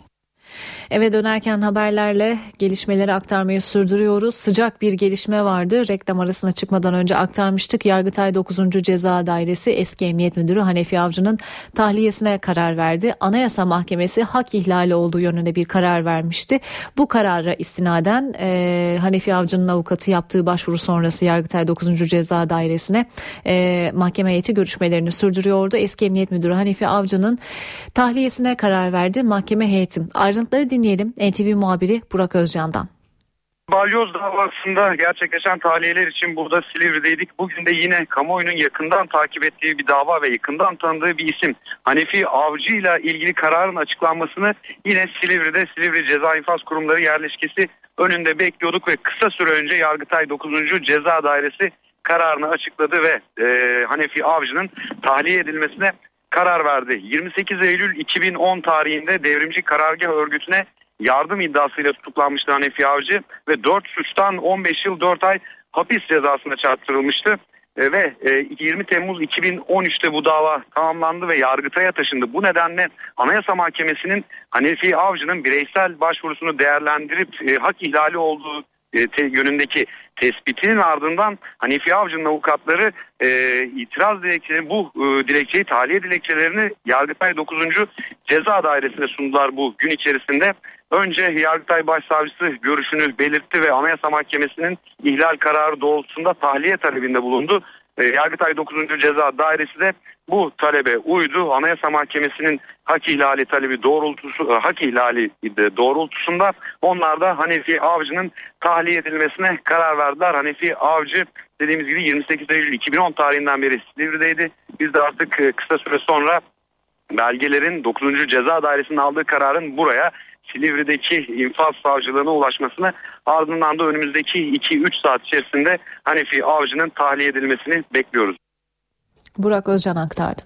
B: Eve dönerken haberlerle gelişmeleri aktarmayı sürdürüyoruz. Sıcak bir gelişme vardı. Reklam arasına çıkmadan önce aktarmıştık. Yargıtay dokuzuncu Ceza Dairesi eski Emniyet Müdürü Hanefi Avcı'nın tahliyesine karar verdi. Anayasa Mahkemesi hak ihlali olduğu yönünde bir karar vermişti. Bu karara istinaden e, Hanefi Avcı'nın avukatı yaptığı başvuru sonrası Yargıtay dokuzuncu Ceza Dairesi'ne e, mahkeme heyeti görüşmelerini sürdürüyordu. Eski Emniyet Müdürü Hanefi Avcı'nın tahliyesine karar verdi mahkeme heyeti. Ayrıntıları dinleyelim N T V muhabiri Burak Özcan'dan.
N: Balyoz davasında gerçekleşen tahliyeler için burada Silivri'deydik. Bugün de yine kamuoyunun yakından takip ettiği bir dava ve yakından tanıdığı bir isim Hanefi Avcı ile ilgili kararın açıklanmasını yine Silivri'de Silivri Ceza İnfaz Kurumları yerleşkesi önünde bekliyorduk ve kısa süre önce Yargıtay dokuzuncu Ceza Dairesi kararını açıkladı ve e, Hanefi Avcı'nın tahliye edilmesine karar verdi. yirmi sekiz Eylül iki bin on tarihinde devrimci karargah örgütüne yardım iddiasıyla tutuklanmıştı Hanefi Avcı ve dört suçtan on beş yıl dört ay hapis cezasına çarptırılmıştı. E, ve e, yirmi Temmuz iki bin on üçte bu dava tamamlandı ve Yargıtay'a taşındı. Bu nedenle Anayasa Mahkemesi'nin Hanefi Avcı'nın bireysel başvurusunu değerlendirip e, hak ihlali olduğu e, te, yönündeki tespitinin ardından Hanefi Avcı'nın avukatları e, itiraz dilekçelerini, bu e, dilekçeyi, tahliye dilekçelerini Yargıtay dokuzuncu Ceza Dairesi'ne sundular bu gün içerisinde. Önce Yargıtay Başsavcısı görüşünü belirtti ve Anayasa Mahkemesi'nin ihlal kararı doğrultusunda tahliye talebinde bulundu. E, Yargıtay dokuzuncu Ceza Dairesi de bu talebe uydu. Anayasa Mahkemesi'nin hak ihlali talebi doğrultusu, hak ihlali doğrultusunda onlar da Hanefi Avcı'nın tahliye edilmesine karar verdiler. Hanefi Avcı dediğimiz gibi yirmi sekiz Eylül iki bin on tarihinden beri Silivri'deydi. Biz de artık kısa süre sonra belgelerin dokuzuncu Ceza Dairesi'nin aldığı kararın buraya Silivri'deki infaz savcılığına ulaşmasını, ardından da önümüzdeki iki üç saat içerisinde Hanefi Avcı'nın tahliye edilmesini bekliyoruz.
B: Burak Özcan aktardı.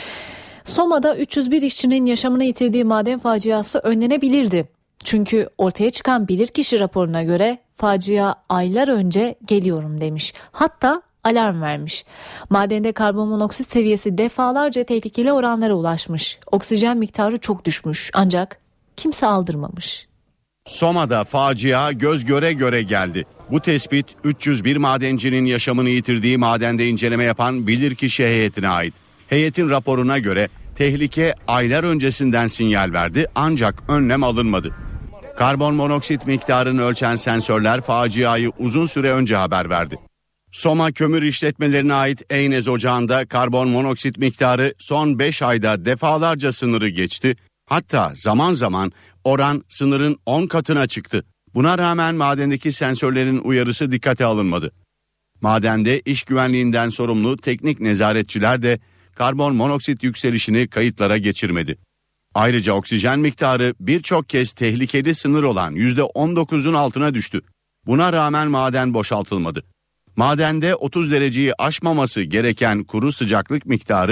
B: Soma'da üç yüz bir işçinin yaşamını yitirdiği maden faciası önlenebilirdi. Çünkü ortaya çıkan bilirkişi raporuna göre facia aylar önce geliyorum demiş. Hatta alarm vermiş. Madende karbonmonoksit seviyesi defalarca tehlikeli oranlara ulaşmış. Oksijen miktarı çok düşmüş ancak kimse aldırmamış.
F: Soma'da facia göz göre göre geldi. Bu tespit üç yüz bir madencinin yaşamını yitirdiği madende inceleme yapan bilirkişi heyetine ait. Heyetin raporuna göre tehlike aylar öncesinden sinyal verdi ancak önlem alınmadı. Karbon monoksit miktarını ölçen sensörler faciayı uzun süre önce haber verdi. Soma Kömür İşletmelerine ait Eynez Ocağı'nda karbon monoksit miktarı son beş ayda defalarca sınırı geçti. Hatta zaman zaman oran sınırın on katına çıktı. Buna rağmen madendeki sensörlerin uyarısı dikkate alınmadı. Madende iş güvenliğinden sorumlu teknik nezaretçiler de karbon monoksit yükselişini kayıtlara geçirmedi. Ayrıca oksijen miktarı birçok kez tehlikeli sınır olan yüzde on dokuzun altına düştü. Buna rağmen maden boşaltılmadı. Madende otuz dereceyi aşmaması gereken kuru sıcaklık miktarı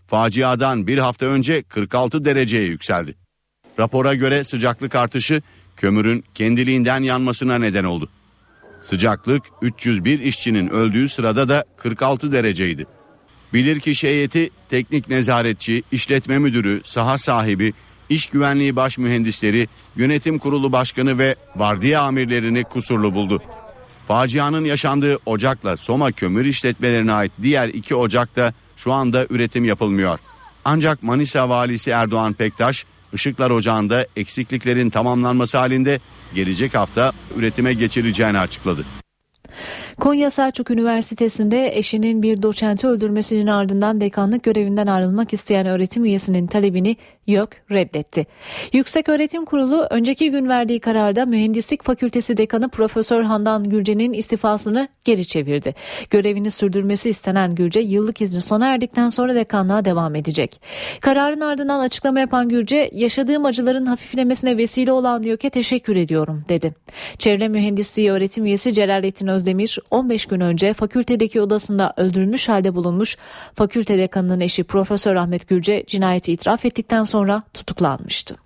F: faciadan bir hafta önce kırk altı dereceye yükseldi. Rapora göre sıcaklık artışı kömürün kendiliğinden yanmasına neden oldu. Sıcaklık üç yüz bir işçinin öldüğü sırada da kırk altı dereceydi. Bilirkişi heyeti, teknik nezaretçi, işletme müdürü, saha sahibi, iş güvenliği baş mühendisleri, yönetim kurulu başkanı ve vardiya amirlerini kusurlu buldu. Facianın yaşandığı ocakla Soma kömür işletmelerine ait diğer iki ocakta şu anda üretim yapılmıyor. Ancak Manisa valisi Erdoğan Pektaş, Işıklar Ocağı'nda eksikliklerin tamamlanması halinde gelecek hafta üretime geçireceğini açıkladı.
B: Konya Selçuk Üniversitesi'nde eşinin bir doçenti öldürmesinin ardından dekanlık görevinden ayrılmak isteyen öğretim üyesinin talebini YÖK reddetti. Yükseköğretim Kurulu önceki gün verdiği kararda Mühendislik Fakültesi Dekanı Profesör Handan Gülce'nin istifasını geri çevirdi. Görevini sürdürmesi istenen Gülce yıllık izni sona erdikten sonra dekanlığa devam edecek. Kararın ardından açıklama yapan Gülce, yaşadığım acıların hafiflemesine vesile olan YÖK'e teşekkür ediyorum dedi. Çevre Mühendisliği öğretim üyesi Celalettin Özdemir on beş gün önce fakültedeki odasında öldürülmüş halde bulunmuş. Fakülte dekanının eşi Profesör Ahmet Gülce cinayeti itiraf ettikten sonra tutuklanmıştı.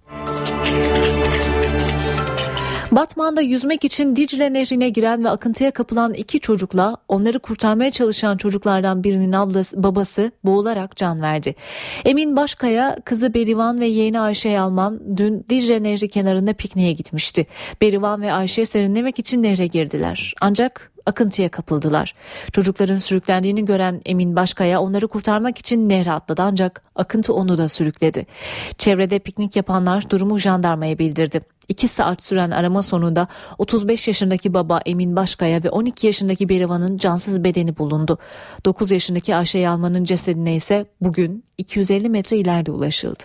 B: Batman'da yüzmek için Dicle Nehri'ne giren ve akıntıya kapılan iki çocukla onları kurtarmaya çalışan çocuklardan birinin ablası, babası boğularak can verdi. Emin Başkaya, kızı Berivan ve yeğeni Ayşe Yalman dün Dicle Nehri kenarında pikniğe gitmişti. Berivan ve Ayşe serinlemek için nehre girdiler. Ancak akıntıya kapıldılar. Çocukların sürüklendiğini gören Emin Başkaya onları kurtarmak için nehre atladı ancak akıntı onu da sürükledi. Çevrede piknik yapanlar durumu jandarmaya bildirdi. İki saat süren arama sonunda otuz beş yaşındaki baba Emin Başkaya ve on iki yaşındaki Berivan'ın cansız bedeni bulundu. dokuz yaşındaki Ayşe Yalman'ın cesedine ise bugün iki yüz elli metre ileride ulaşıldı.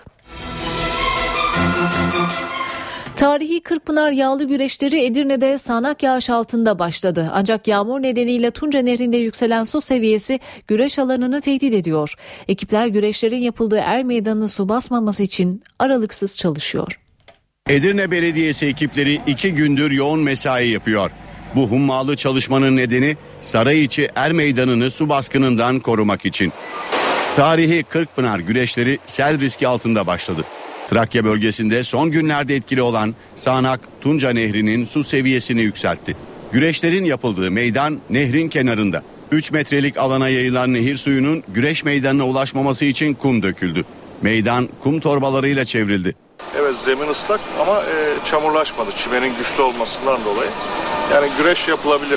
B: Tarihi Kırkpınar yağlı güreşleri Edirne'de sağanak yağış altında başladı. Ancak yağmur nedeniyle Tunca Nehri'nde yükselen su seviyesi güreş alanını tehdit ediyor. Ekipler güreşlerin yapıldığı er meydanını su basmaması için aralıksız çalışıyor.
F: Edirne Belediyesi ekipleri iki gündür yoğun mesai yapıyor. Bu hummalı çalışmanın nedeni Sarayiçi Er Meydanı'nı su baskınından korumak için. Tarihi Kırkpınar güreşleri sel riski altında başladı. Trakya bölgesinde son günlerde etkili olan sağanak Tunca Nehri'nin su seviyesini yükseltti. Güreşlerin yapıldığı meydan nehrin kenarında. üç metrelik alana yayılan nehir suyunun güreş meydanına ulaşmaması için kum döküldü. Meydan kum torbalarıyla çevrildi.
O: Evet, zemin ıslak ama e, çamurlaşmadı çimenin güçlü olmasından dolayı. Yani güreş yapılabilir.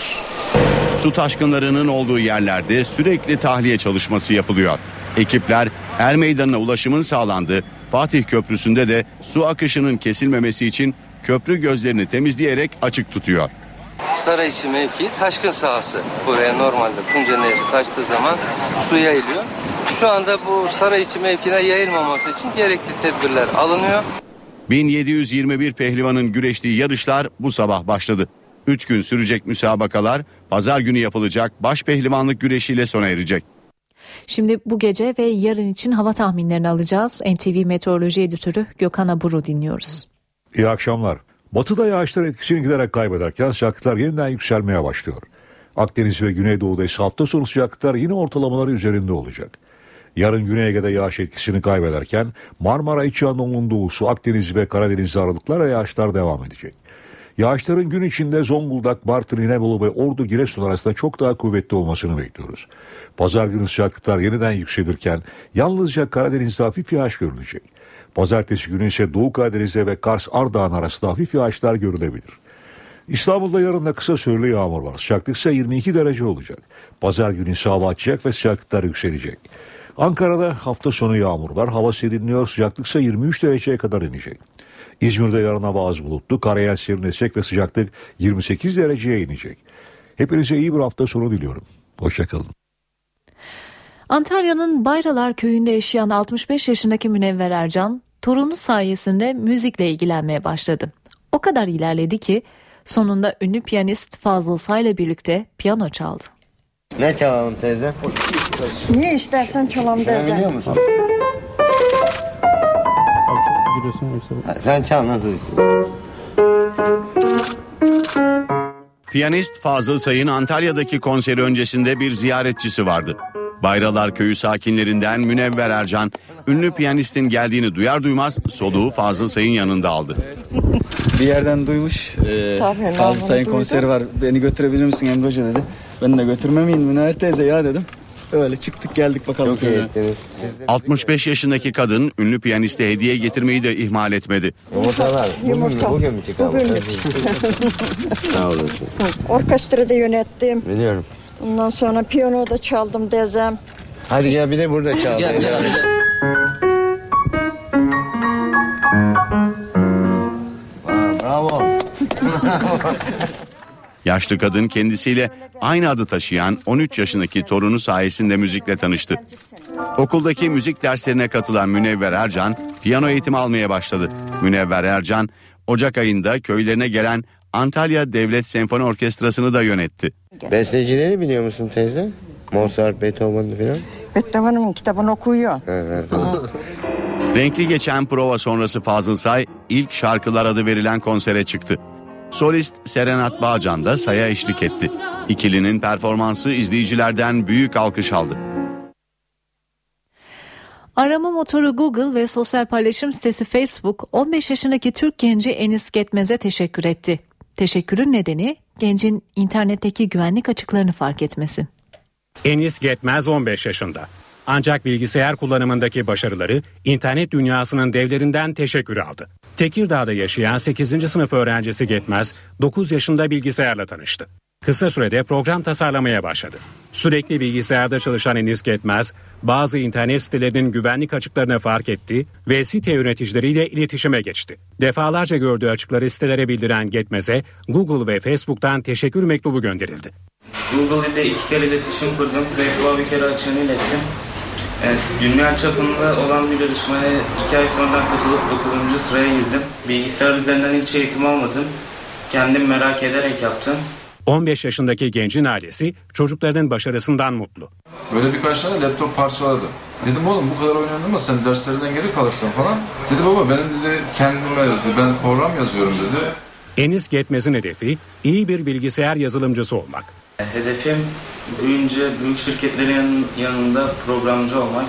F: Su taşkınlarının olduğu yerlerde sürekli tahliye çalışması yapılıyor. Ekipler Er Meydanı'na ulaşımın sağlandığı Fatih Köprüsü'nde de su akışının kesilmemesi için köprü gözlerini temizleyerek açık tutuyor.
P: Sarayiçi mevkii taşkın sahası. Buraya normalde Tunca Nehri taştığı zaman su yayılıyor. Şu anda bu Sarayiçi mevkine yayılmaması için gerekli tedbirler alınıyor.
F: bin yedi yüz yirmi bir pehlivanın güreştiği yarışlar bu sabah başladı. üç gün sürecek müsabakalar pazar günü yapılacak baş pehlivanlık güreşiyle sona erecek.
B: Şimdi bu gece ve yarın için hava tahminlerini alacağız. N T V Meteoroloji Editörü Gökhan Abur'u dinliyoruz.
Q: İyi akşamlar. Batıda yağışlar etkisini giderek kaybederken sıcaklıklar yeniden yükselmeye başlıyor. Akdeniz ve Güneydoğu'da ise hafta sonu sıcaklıklar yine ortalamaları üzerinde olacak. Yarın Güney Ege'de yağış etkisini kaybederken Marmara, İç Anadolu'nun doğusu, Akdeniz ve Karadeniz'de aralıklarla yağışlar devam edecek. Yağışların gün içinde Zonguldak, Bartın, İnebolu ve Ordu, Giresun arasında çok daha kuvvetli olmasını bekliyoruz. Pazar günü sıcaklıklar yeniden yükselirken yalnızca Karadeniz'de hafif yağış görülecek. Pazartesi günü ise Doğu Karadeniz'de ve Kars, Ardahan arasında hafif yağışlar görülebilir. İstanbul'da yarın da kısa süreli yağmur var. Sıcaklık ise yirmi iki derece olacak. Pazar günü ise hava açacak ve sıcaklıklar yükselecek. Ankara'da hafta sonu yağmur var. Hava serinliyor. Sıcaklık ise yirmi üç dereceye kadar inecek. İzmir'de yarın hava az bulutlu. Karayel serinlecek ve sıcaklık yirmi sekiz dereceye inecek. Hepinize iyi bir hafta sonu diliyorum. Hoşçakalın.
B: Antalya'nın Bayralar köyünde yaşayan altmış beş yaşındaki Münevver Ercan, torunu sayesinde müzikle ilgilenmeye başladı. O kadar ilerledi ki sonunda ünlü piyanist Fazıl Say ile birlikte piyano çaldı.
R: Ne çalalım teyze?
S: Ne istersen çalalım teyze.
R: Biliyor musun? Sen çal, nasıl istiyorsun?
F: Piyanist Fazıl Say'ın Antalya'daki konseri öncesinde bir ziyaretçisi vardı. Bayralar Köyü sakinlerinden Münevver Ercan, ünlü piyanistin geldiğini duyar duymaz soluğu Fazıl Say'ın yanında aldı.
T: Bir yerden duymuş, e, Fazıl Say'ın konseri var, beni götürebilir misin Emre Hoca dedi. Ben de götürmemeyeyim Münevver teyze ya dedim. Öyle çıktık geldik bakalım.
F: altmış beş yaşındaki kadın ünlü piyaniste hediye getirmeyi de ihmal etmedi.
R: Yumurtalar.
S: Yumurta.
R: Bugün mü çıkalım?
S: Bugün mü?
R: Sağ olasın.
S: Orkestrada yönettim.
R: Biliyorum.
S: Ondan sonra piyano da çaldım dezem.
R: Hadi gel bir de burada çal.
S: Gel, gel, gel.
R: Bravo.
F: Yaşlı kadın kendisiyle aynı adı taşıyan on üç yaşındaki torunu sayesinde müzikle tanıştı. Okuldaki müzik derslerine katılan Münevver Ercan piyano eğitimi almaya başladı. Münevver Ercan Ocak ayında köylerine gelen Antalya Devlet Senfoni Orkestrası'nı da yönetti.
R: Bestecileri biliyor musun teyze? Mozart, Beethoven falan.
S: Beethoven'ın kitabını okuyor.
R: Evet.
F: Renkli geçen prova sonrası Fazıl Say ilk şarkılar adı verilen konsere çıktı. Solist Serenat Bağcan da Say'a eşlik etti. İkilinin performansı izleyicilerden büyük alkış aldı.
B: Arama motoru Google ve sosyal paylaşım sitesi Facebook on beş yaşındaki Türk genci Enis Getmez'e teşekkür etti. Teşekkürün nedeni gencin internetteki güvenlik açıklarını fark etmesi.
A: Enis Getmez on beş yaşında. Ancak bilgisayar kullanımındaki başarıları internet dünyasının devlerinden teşekkür aldı. Tekirdağ'da yaşayan sekizinci sınıf öğrencisi Getmez dokuz yaşında bilgisayarla tanıştı. Kısa sürede program tasarlamaya başladı. Sürekli bilgisayarda çalışan Enis Getmez bazı internet sitelerinin güvenlik açıklarını fark etti ve site yöneticileriyle iletişime geçti. Defalarca gördüğü açıkları sitelere bildiren Getmez'e Google ve Facebook'tan teşekkür mektubu gönderildi.
U: Google ile iki kere iletişim kurdum. Facebook'a bir kere açığını ilettim. Evet, dünya çapında olan bir yarışmaya iki ay sonra katılıp dokuzuncu sıraya girdim. Bilgisayar üzerinden hiç eğitim almadım. Kendim merak ederek yaptım.
A: on beş yaşındaki gencin ailesi çocuklarının başarısından mutlu.
V: Böyle birkaç tane laptop parçaladı. Dedim oğlum bu kadar oyun oynama sen derslerinden geri kalırsın falan. Dedi baba benim dedi kendime yazıyor ben program yazıyorum dedi.
A: Enis Getmez'in hedefi iyi bir bilgisayar yazılımcısı olmak.
U: Hedefim büyüyünce büyük şirketlerin yanında programcı olmak.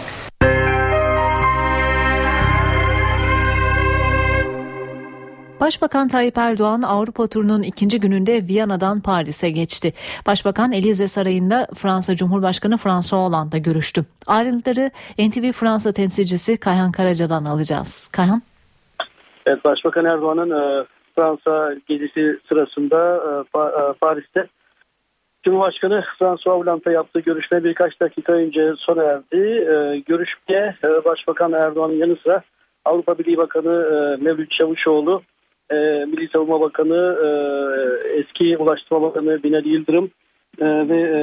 B: Başbakan Tayyip Erdoğan Avrupa turunun ikinci gününde Viyana'dan Paris'e geçti. Başbakan Elize Sarayı'nda Fransa Cumhurbaşkanı François Hollande'la görüştü. Ayrıntıları N T V Fransa temsilcisi Kayhan Karaca'dan alacağız. Kayhan.
W: Evet, Başbakan Erdoğan'ın e, Fransa gezisi sırasında e, pa, e, Paris'te Cumhurbaşkanı François Hollande'la yaptığı görüşme birkaç dakika önce sona erdi. E, görüşmeye e, Başbakan Erdoğan'ın yanı sıra Avrupa Birliği Bakanı e, Mevlüt Çavuşoğlu, e, Milli Savunma Bakanı, e, eski Ulaştırma Bakanı Binali Yıldırım e, ve e,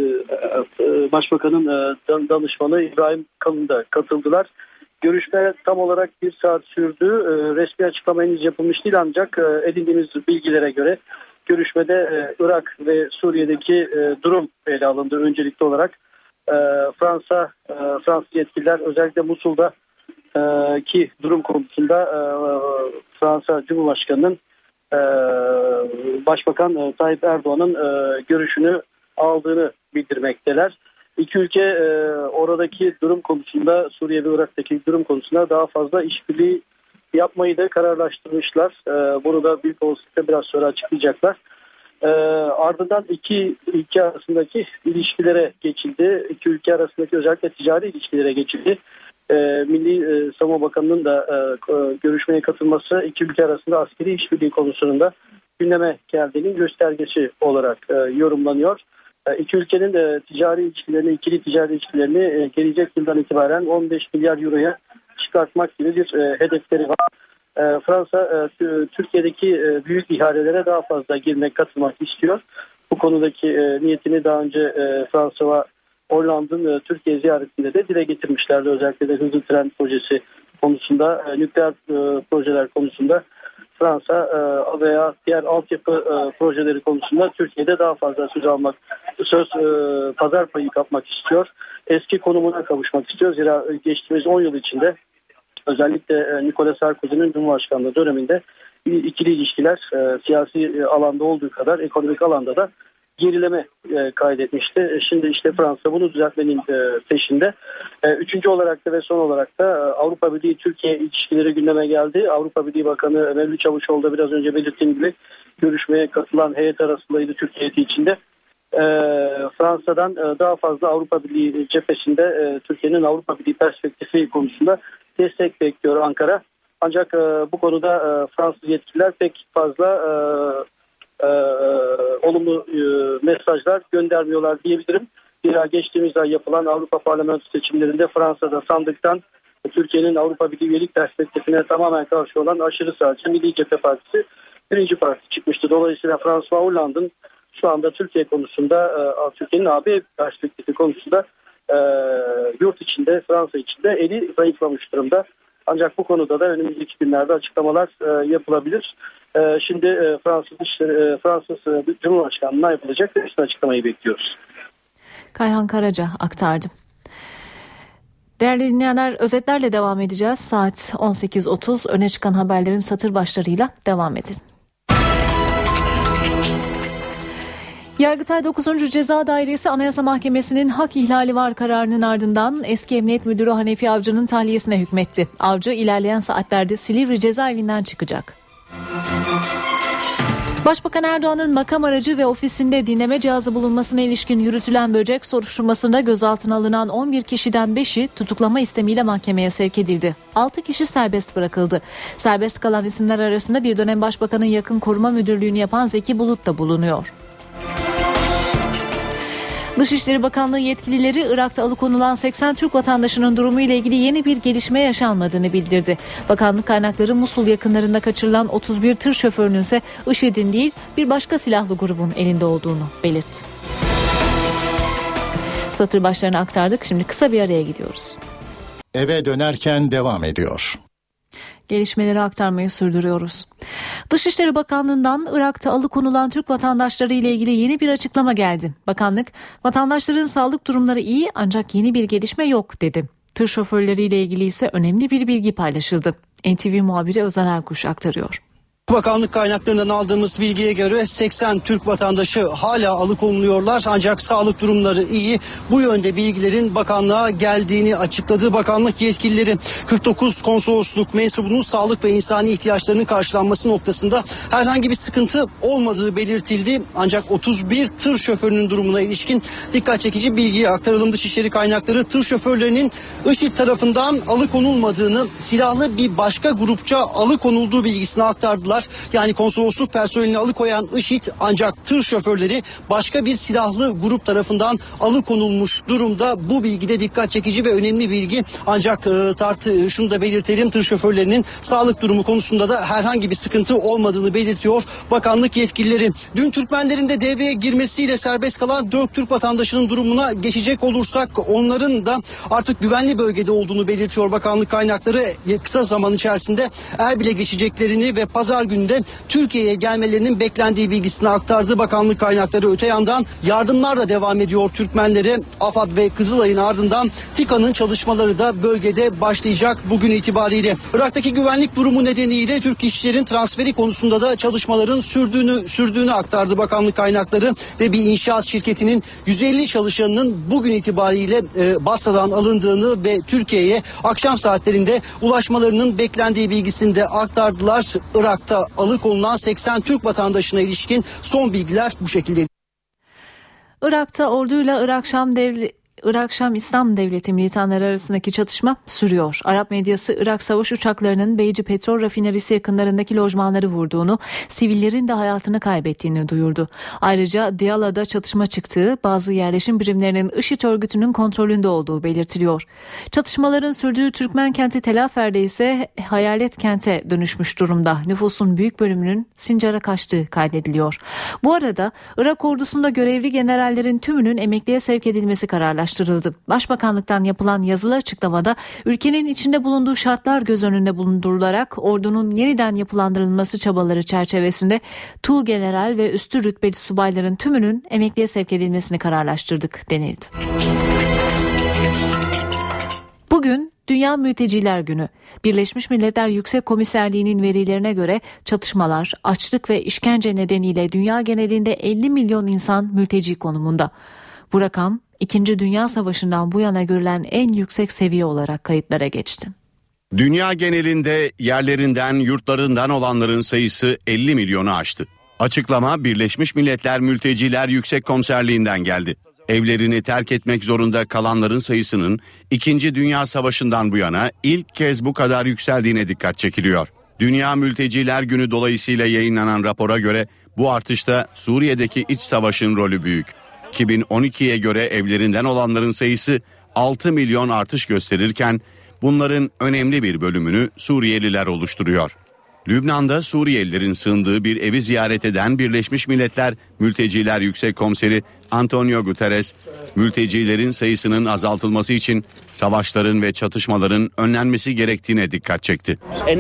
W: e, Başbakanın e, danışmanı İbrahim Kalın da katıldılar. Görüşme tam olarak bir saat sürdü. E, resmi açıklama henüz yapılmış değil ancak e, edindiğimiz bilgilere göre görüşmede e, Irak ve Suriye'deki e, durum ele alındı öncelikli olarak. E, Fransa, e, Fransız yetkililer özellikle Musul'da e, ki durum konusunda e, Fransa Cumhurbaşkanı'nın e, Başbakan e, Tayyip Erdoğan'ın e, görüşünü aldığını bildirmekteler. İki ülke e, oradaki durum konusunda, Suriye ve Irak'taki durum konusunda daha fazla işbirliği yapmayı da kararlaştırmışlar. E, bunu da büyük olasılıkla biraz sonra açıklayacaklar. E, ardından iki ülke arasındaki ilişkilere geçildi. İki ülke arasındaki özellikle ticari ilişkilere geçildi. E, Milli e, Savunma Bakanı'nın da e, görüşmeye katılması iki ülke arasında askeri işbirliği konusunda gündeme geldiğinin göstergesi olarak e, yorumlanıyor. E, iki ülkenin e, ticari ilişkilerini, ikili ticari ilişkilerini e, gelecek yıldan itibaren on beş milyar euroya çıkartmak gibi bir e, hedefleri var. E, Fransa e, Türkiye'deki e, büyük ihalelere daha fazla girmek, katılmak istiyor. Bu konudaki e, niyetini daha önce e, Fransa Hollande'ın e, Türkiye ziyaretinde de dile getirmişlerdi. Özellikle de hızlı tren projesi konusunda, e, nükleer e, projeler konusunda Fransa e, veya diğer altyapı e, projeleri konusunda Türkiye'de daha fazla söz almak, söz e, pazar payı kapmak istiyor. Eski konumuna kavuşmak istiyor. Zira geçtiğimiz on yıl içinde özellikle e, Nicolas Sarkozy'nin Cumhurbaşkanlığı döneminde ikili ilişkiler e, siyasi alanda olduğu kadar ekonomik alanda da gerileme e, kaydetmişti. E, şimdi işte Fransa bunu düzeltmenin e, peşinde. E, üçüncü olarak da ve son olarak da e, Avrupa Birliği Türkiye ilişkileri gündeme geldi. Avrupa Birliği Bakanı Mevlüt Çavuşoğlu da biraz önce belirttiğim gibi görüşmeye katılan heyet arasındaydı Türkiye heyeti içinde. E, Fransa'dan e, daha fazla Avrupa Birliği cephesinde e, Türkiye'nin Avrupa Birliği perspektifi konusunda destek bekliyor Ankara. Ancak e, bu konuda e, Fransız yetkililer pek fazla e, e, olumlu e, mesajlar göndermiyorlar diyebilirim. Zira geçtiğimiz ay yapılan Avrupa Parlamento seçimlerinde Fransa'da sandıktan Türkiye'nin Avrupa Birliği üyelik perspektifine tamamen karşı olan aşırı sağcı Milli Cephe Partisi birinci parti çıkmıştı. Dolayısıyla François Hollande'ın şu anda Türkiye konusunda, e, Türkiye'nin A B perspektifi konusunda e, yurt içinde, Fransa içinde eli zayıflamış durumda. Ancak bu konuda da önümüzdeki günlerde açıklamalar e, yapılabilir. E, şimdi e, Fransız e, Fransız e, Cumhurbaşkanlığı'na yapılacak resmi açıklamayı bekliyoruz.
B: Kayhan Karaca aktardı. Değerli dinleyenler, özetlerle devam edeceğiz. Saat on sekiz otuz öne çıkan haberlerin satır başlarıyla devam edin. Yargıtay dokuzuncu Ceza Dairesi Anayasa Mahkemesi'nin hak ihlali var kararının ardından eski Emniyet Müdürü Hanefi Avcı'nın tahliyesine hükmetti. Avcı ilerleyen saatlerde Silivri cezaevinden çıkacak. Başbakan Erdoğan'ın makam aracı ve ofisinde dinleme cihazı bulunmasına ilişkin yürütülen böcek soruşturmasında gözaltına alınan on bir kişiden beşi tutuklama istemiyle mahkemeye sevk edildi. altı kişi serbest bırakıldı. Serbest kalan isimler arasında bir dönem Başbakan'ın yakın koruma müdürlüğünü yapan Zeki Bulut da bulunuyor. Dışişleri Bakanlığı yetkilileri Irak'ta alıkonulan seksen Türk vatandaşının durumu ile ilgili yeni bir gelişme yaşanmadığını bildirdi. Bakanlık kaynakları Musul yakınlarında kaçırılan otuz bir tır şoförünün ise IŞİD'in değil bir başka silahlı grubun elinde olduğunu belirtti. Satır başlarını aktardık. Şimdi kısa bir araya gidiyoruz.
I: Eve dönerken devam ediyor.
B: Gelişmeleri aktarmayı sürdürüyoruz. Dışişleri Bakanlığı'ndan Irak'ta alıkonulan Türk vatandaşları ile ilgili yeni bir açıklama geldi. Bakanlık, vatandaşların sağlık durumları iyi ancak yeni bir gelişme yok dedi. Tır şoförleriyle ilgili ise önemli bir bilgi paylaşıldı. N T V muhabiri Özen Erkuş aktarıyor.
C: Bakanlık kaynaklarından aldığımız bilgiye göre seksen Türk vatandaşı hala alıkonuluyorlar ancak sağlık durumları iyi. Bu yönde bilgilerin bakanlığa geldiğini açıkladı bakanlık yetkilileri. kırk dokuz konsolosluk mensubunun sağlık ve insani ihtiyaçlarının karşılanması noktasında herhangi bir sıkıntı olmadığı belirtildi. Ancak otuz bir tır şoförünün durumuna ilişkin dikkat çekici bilgiye aktaralım. Dışişleri kaynakları tır şoförlerinin IŞİD tarafından alıkonulmadığını, silahlı bir başka grupça alıkonulduğu bilgisini aktardılar. Yani konsolosluk personelini alıkoyan IŞİD ancak tır şoförleri başka bir silahlı grup tarafından alıkonulmuş durumda. Bu bilgide dikkat çekici ve önemli bilgi. Ancak e, tartı şunu da belirtelim, tır şoförlerinin sağlık durumu konusunda da herhangi bir sıkıntı olmadığını belirtiyor bakanlık yetkilileri. Dün Türkmenlerin de devreye girmesiyle serbest kalan dört Türk vatandaşının durumuna geçecek olursak onların da artık güvenli bölgede olduğunu belirtiyor bakanlık kaynakları. Kısa zaman içerisinde Erbil'e geçeceklerini ve pazar günde Türkiye'ye gelmelerinin beklendiği bilgisini aktardı bakanlık kaynakları. Öte yandan yardımlar da devam ediyor Türkmenlere. AFAD ve Kızılay'ın ardından TİKA'nın çalışmaları da bölgede başlayacak bugün itibariyle. Irak'taki güvenlik durumu nedeniyle Türk işçilerin transferi konusunda da çalışmaların sürdüğünü sürdüğünü aktardı bakanlık kaynakları ve bir inşaat şirketinin yüz elli çalışanının bugün itibariyle e, Basra'dan alındığını ve Türkiye'ye akşam saatlerinde ulaşmalarının beklendiği bilgisini de aktardılar. Irak'ta alıkonulan seksen Türk vatandaşına ilişkin son bilgiler bu şekilde.
B: Irak'ta orduyla Irak Şam Devleti Irak Şam İslam Devleti militanları arasındaki çatışma sürüyor. Arap medyası Irak savaş uçaklarının Beyci petrol rafinerisi yakınlarındaki lojmanları vurduğunu, sivillerin de hayatını kaybettiğini duyurdu. Ayrıca Diyala'da çatışma çıktığı, bazı yerleşim birimlerinin IŞİD örgütünün kontrolünde olduğu belirtiliyor. Çatışmaların sürdüğü Türkmen kenti Tel Afer'de ise hayalet kente dönüşmüş durumda. Nüfusun büyük bölümünün Sincar'a kaçtığı kaydediliyor. Bu arada Irak ordusunda görevli generallerin tümünün emekliye sevk edilmesi kararlaştırıldı. Başbakanlıktan yapılan yazılı açıklamada ülkenin içinde bulunduğu şartlar göz önünde bulundurularak ordunun yeniden yapılandırılması çabaları çerçevesinde tuğ general ve üstü rütbeli subayların tümünün emekliye sevk edilmesini kararlaştırdık denildi. Bugün Dünya Dünya Mülteciler Günü. Birleşmiş Milletler Yüksek Komiserliği'nin verilerine göre çatışmalar, açlık ve işkence nedeniyle dünya genelinde elli milyon insan mülteci konumunda. Bu rakam İkinci Dünya Savaşı'ndan bu yana görülen en yüksek seviye olarak kayıtlara geçti.
F: Dünya genelinde yerlerinden, yurtlarından olanların sayısı elli milyonu aştı. Açıklama Birleşmiş Milletler Mülteciler Yüksek Komiserliği'nden geldi. Evlerini terk etmek zorunda kalanların sayısının İkinci Dünya Savaşı'ndan bu yana ilk kez bu kadar yükseldiğine dikkat çekiliyor. Dünya Mülteciler Günü dolayısıyla yayınlanan rapora göre bu artışta Suriye'deki iç savaşın rolü büyük. iki bin on ikiye göre evlerinden olanların sayısı altı milyon artış gösterirken bunların önemli bir bölümünü Suriyeliler oluşturuyor. Lübnan'da Suriyelilerin sığındığı bir evi ziyaret eden Birleşmiş Milletler Mülteciler Yüksek Komiseri Antonio Guterres, mültecilerin sayısının azaltılması için savaşların ve çatışmaların önlenmesi gerektiğine dikkat çekti.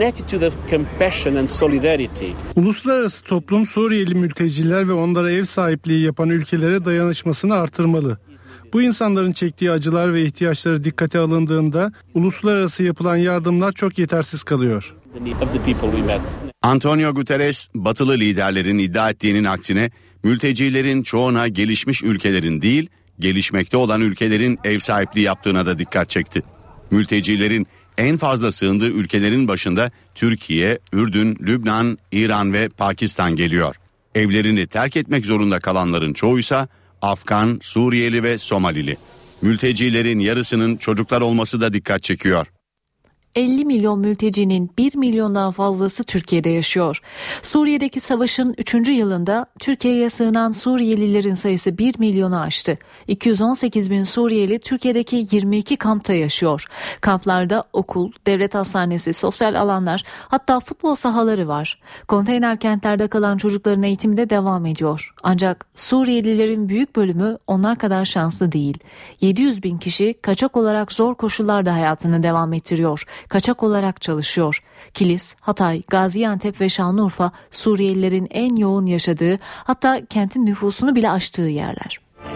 G: Uluslararası toplum Suriyeli mülteciler ve onlara ev sahipliği yapan ülkelere dayanışmasını artırmalı. Bu insanların çektiği acılar ve ihtiyaçları dikkate alındığında uluslararası yapılan yardımlar çok yetersiz kalıyor.
F: Antonio Guterres, batılı liderlerin iddia ettiğinin aksine mültecilerin çoğuna gelişmiş ülkelerin değil, gelişmekte olan ülkelerin ev sahipliği yaptığına da dikkat çekti. Mültecilerin en fazla sığındığı ülkelerin başında Türkiye, Ürdün, Lübnan, İran ve Pakistan geliyor. Evlerini terk etmek zorunda kalanların çoğuysa Afgan, Suriyeli ve Somalili. Mültecilerin yarısının çocuklar olması da dikkat çekiyor.
B: elli milyon mültecinin bir milyondan fazlası Türkiye'de yaşıyor. Suriye'deki savaşın üçüncü yılında Türkiye'ye sığınan Suriyelilerin sayısı bir milyonu aştı. iki yüz on sekiz bin Suriyeli Türkiye'deki yirmi iki kampta yaşıyor. Kamplarda okul, devlet hastanesi, sosyal alanlar, hatta futbol sahaları var. Konteyner kentlerde kalan çocukların eğitimi de devam ediyor. Ancak Suriyelilerin büyük bölümü onlar kadar şanslı değil. yedi yüz bin kişi kaçak olarak zor koşullarda hayatını devam ettiriyor. Kaçak olarak çalışıyor. Kilis, Hatay, Gaziantep ve Şanlıurfa Suriyelilerin en yoğun yaşadığı, hatta kentin nüfusunu bile aştığı yerler.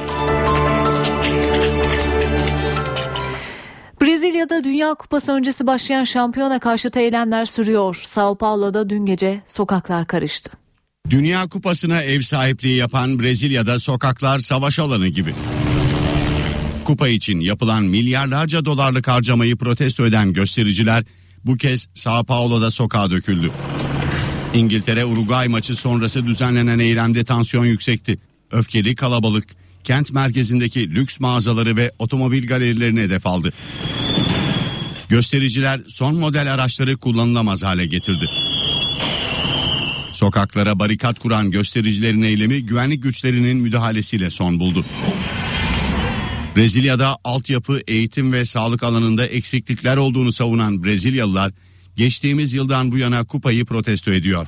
B: Brezilya'da Dünya Kupası öncesi başlayan şampiyona karşıtı eylemler sürüyor. Sao Paulo'da dün gece sokaklar karıştı.
F: Dünya Kupası'na ev sahipliği yapan Brezilya'da sokaklar savaş alanı gibi. Kupa için yapılan milyarlarca dolarlık harcamayı protesto eden göstericiler bu kez Sao Paulo'da sokağa döküldü. İngiltere-Uruguay maçı sonrası düzenlenen eylemde tansiyon yüksekti. Öfkeli kalabalık kent merkezindeki lüks mağazaları ve otomobil galerilerine hedef aldı. Göstericiler son model araçları kullanılamaz hale getirdi. Sokaklara barikat kuran göstericilerin eylemi güvenlik güçlerinin müdahalesiyle son buldu. Brezilya'da altyapı, eğitim ve sağlık alanında eksiklikler olduğunu savunan Brezilyalılar geçtiğimiz yıldan bu yana kupayı protesto ediyor.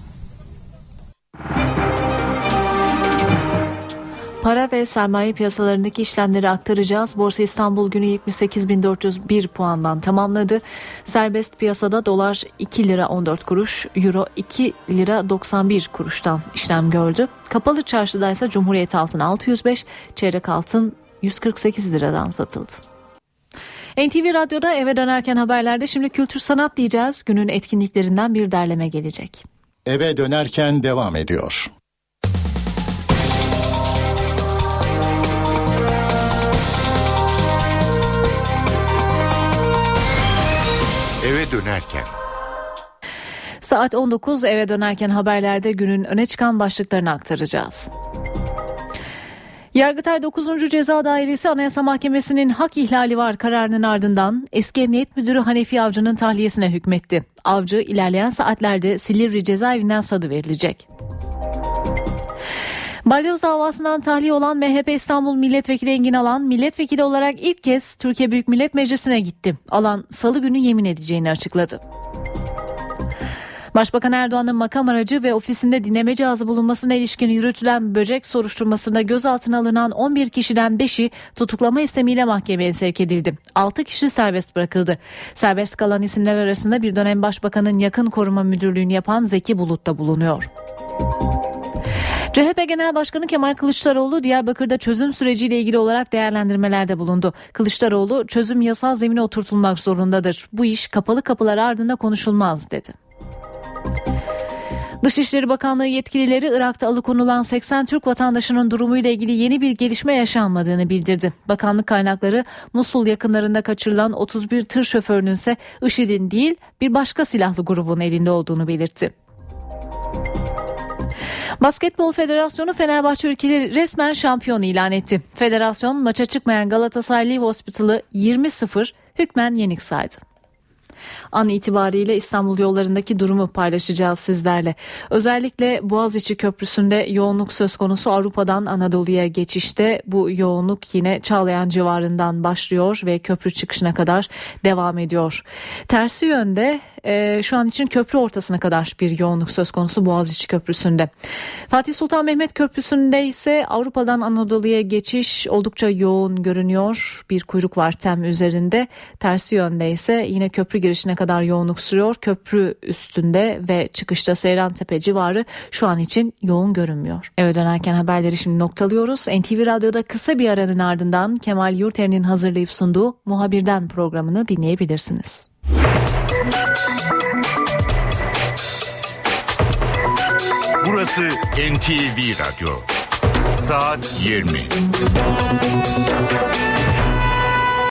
B: Para ve sermaye piyasalarındaki işlemleri aktaracağız. Borsa İstanbul günü yetmiş sekiz bin dört yüz bir puandan tamamladı. Serbest piyasada dolar iki lira on dört kuruş, euro iki lira doksan bir kuruştan işlem gördü. Kapalı çarşıda ise Cumhuriyet altın altı yüz beş, çeyrek altın yüz kırk sekiz liradan satıldı. N T V Radyo'da eve dönerken haberlerde şimdi kültür sanat diyeceğiz. Günün etkinliklerinden bir derleme gelecek.
I: Eve dönerken devam ediyor.
H: Eve dönerken.
B: Saat on dokuz, eve dönerken haberlerde günün öne çıkan başlıklarını aktaracağız. Yargıtay dokuzuncu Ceza Dairesi Anayasa Mahkemesi'nin hak ihlali var kararının ardından eski Emniyet Müdürü Hanefi Avcı'nın tahliyesine hükmetti. Avcı ilerleyen saatlerde Silivri cezaevinden salıverilecek. Balyoz davasından tahliye olan M H P İstanbul Milletvekili Engin Alan, milletvekili olarak ilk kez Türkiye Büyük Millet Meclisi'ne gitti. Alan, salı günü yemin edeceğini açıkladı. Başbakan Erdoğan'ın makam aracı ve ofisinde dinleme cihazı bulunmasına ilişkin yürütülen böcek soruşturmasında gözaltına alınan on bir kişiden beşi tutuklama istemiyle mahkemeye sevk edildi. altı kişi serbest bırakıldı. Serbest kalan isimler arasında bir dönem Başbakan'ın yakın koruma müdürlüğünü yapan Zeki Bulut da bulunuyor. C H P Genel Başkanı Kemal Kılıçdaroğlu Diyarbakır'da çözüm süreciyle ilgili olarak değerlendirmelerde bulundu. Kılıçdaroğlu çözüm yasal zemine oturtulmak zorundadır. Bu iş kapalı kapılar ardında konuşulmaz dedi. Dışişleri Bakanlığı yetkilileri Irak'ta alıkonulan seksen Türk vatandaşının durumuyla ilgili yeni bir gelişme yaşanmadığını bildirdi. Bakanlık kaynakları Musul yakınlarında kaçırılan otuz bir tır şoförünün ise IŞİD'in değil bir başka silahlı grubun elinde olduğunu belirtti. Basketbol Federasyonu Fenerbahçe ülkeleri resmen şampiyon ilan etti. Federasyon maça çıkmayan Galatasaray Live Hospital'ı yirmi sıfır hükmen yenik saydı. An itibariyle İstanbul yollarındaki durumu paylaşacağız sizlerle. Özellikle Boğaziçi Köprüsü'nde yoğunluk söz konusu. Avrupa'dan Anadolu'ya geçişte bu yoğunluk yine Çağlayan civarından başlıyor ve köprü çıkışına kadar devam ediyor. Tersi yönde e, şu an için köprü ortasına kadar bir yoğunluk söz konusu Boğaziçi Köprüsü'nde. Fatih Sultan Mehmet Köprüsü'nde ise Avrupa'dan Anadolu'ya geçiş oldukça yoğun görünüyor. Bir kuyruk var Tem üzerinde. Tersi yönde ise yine köprü girişine kadar yoğunluk sürüyor. Köprü üstünde ve çıkışta Seyrantepe civarı şu an için yoğun görünmüyor. Eve dönerken haberleri şimdi noktalıyoruz. N T V Radyo'da kısa bir aranın ardından Kemal Yurter'in hazırlayıp sunduğu Muhabirden programını dinleyebilirsiniz.
H: Burası N T V Radyo. Saat yirmi.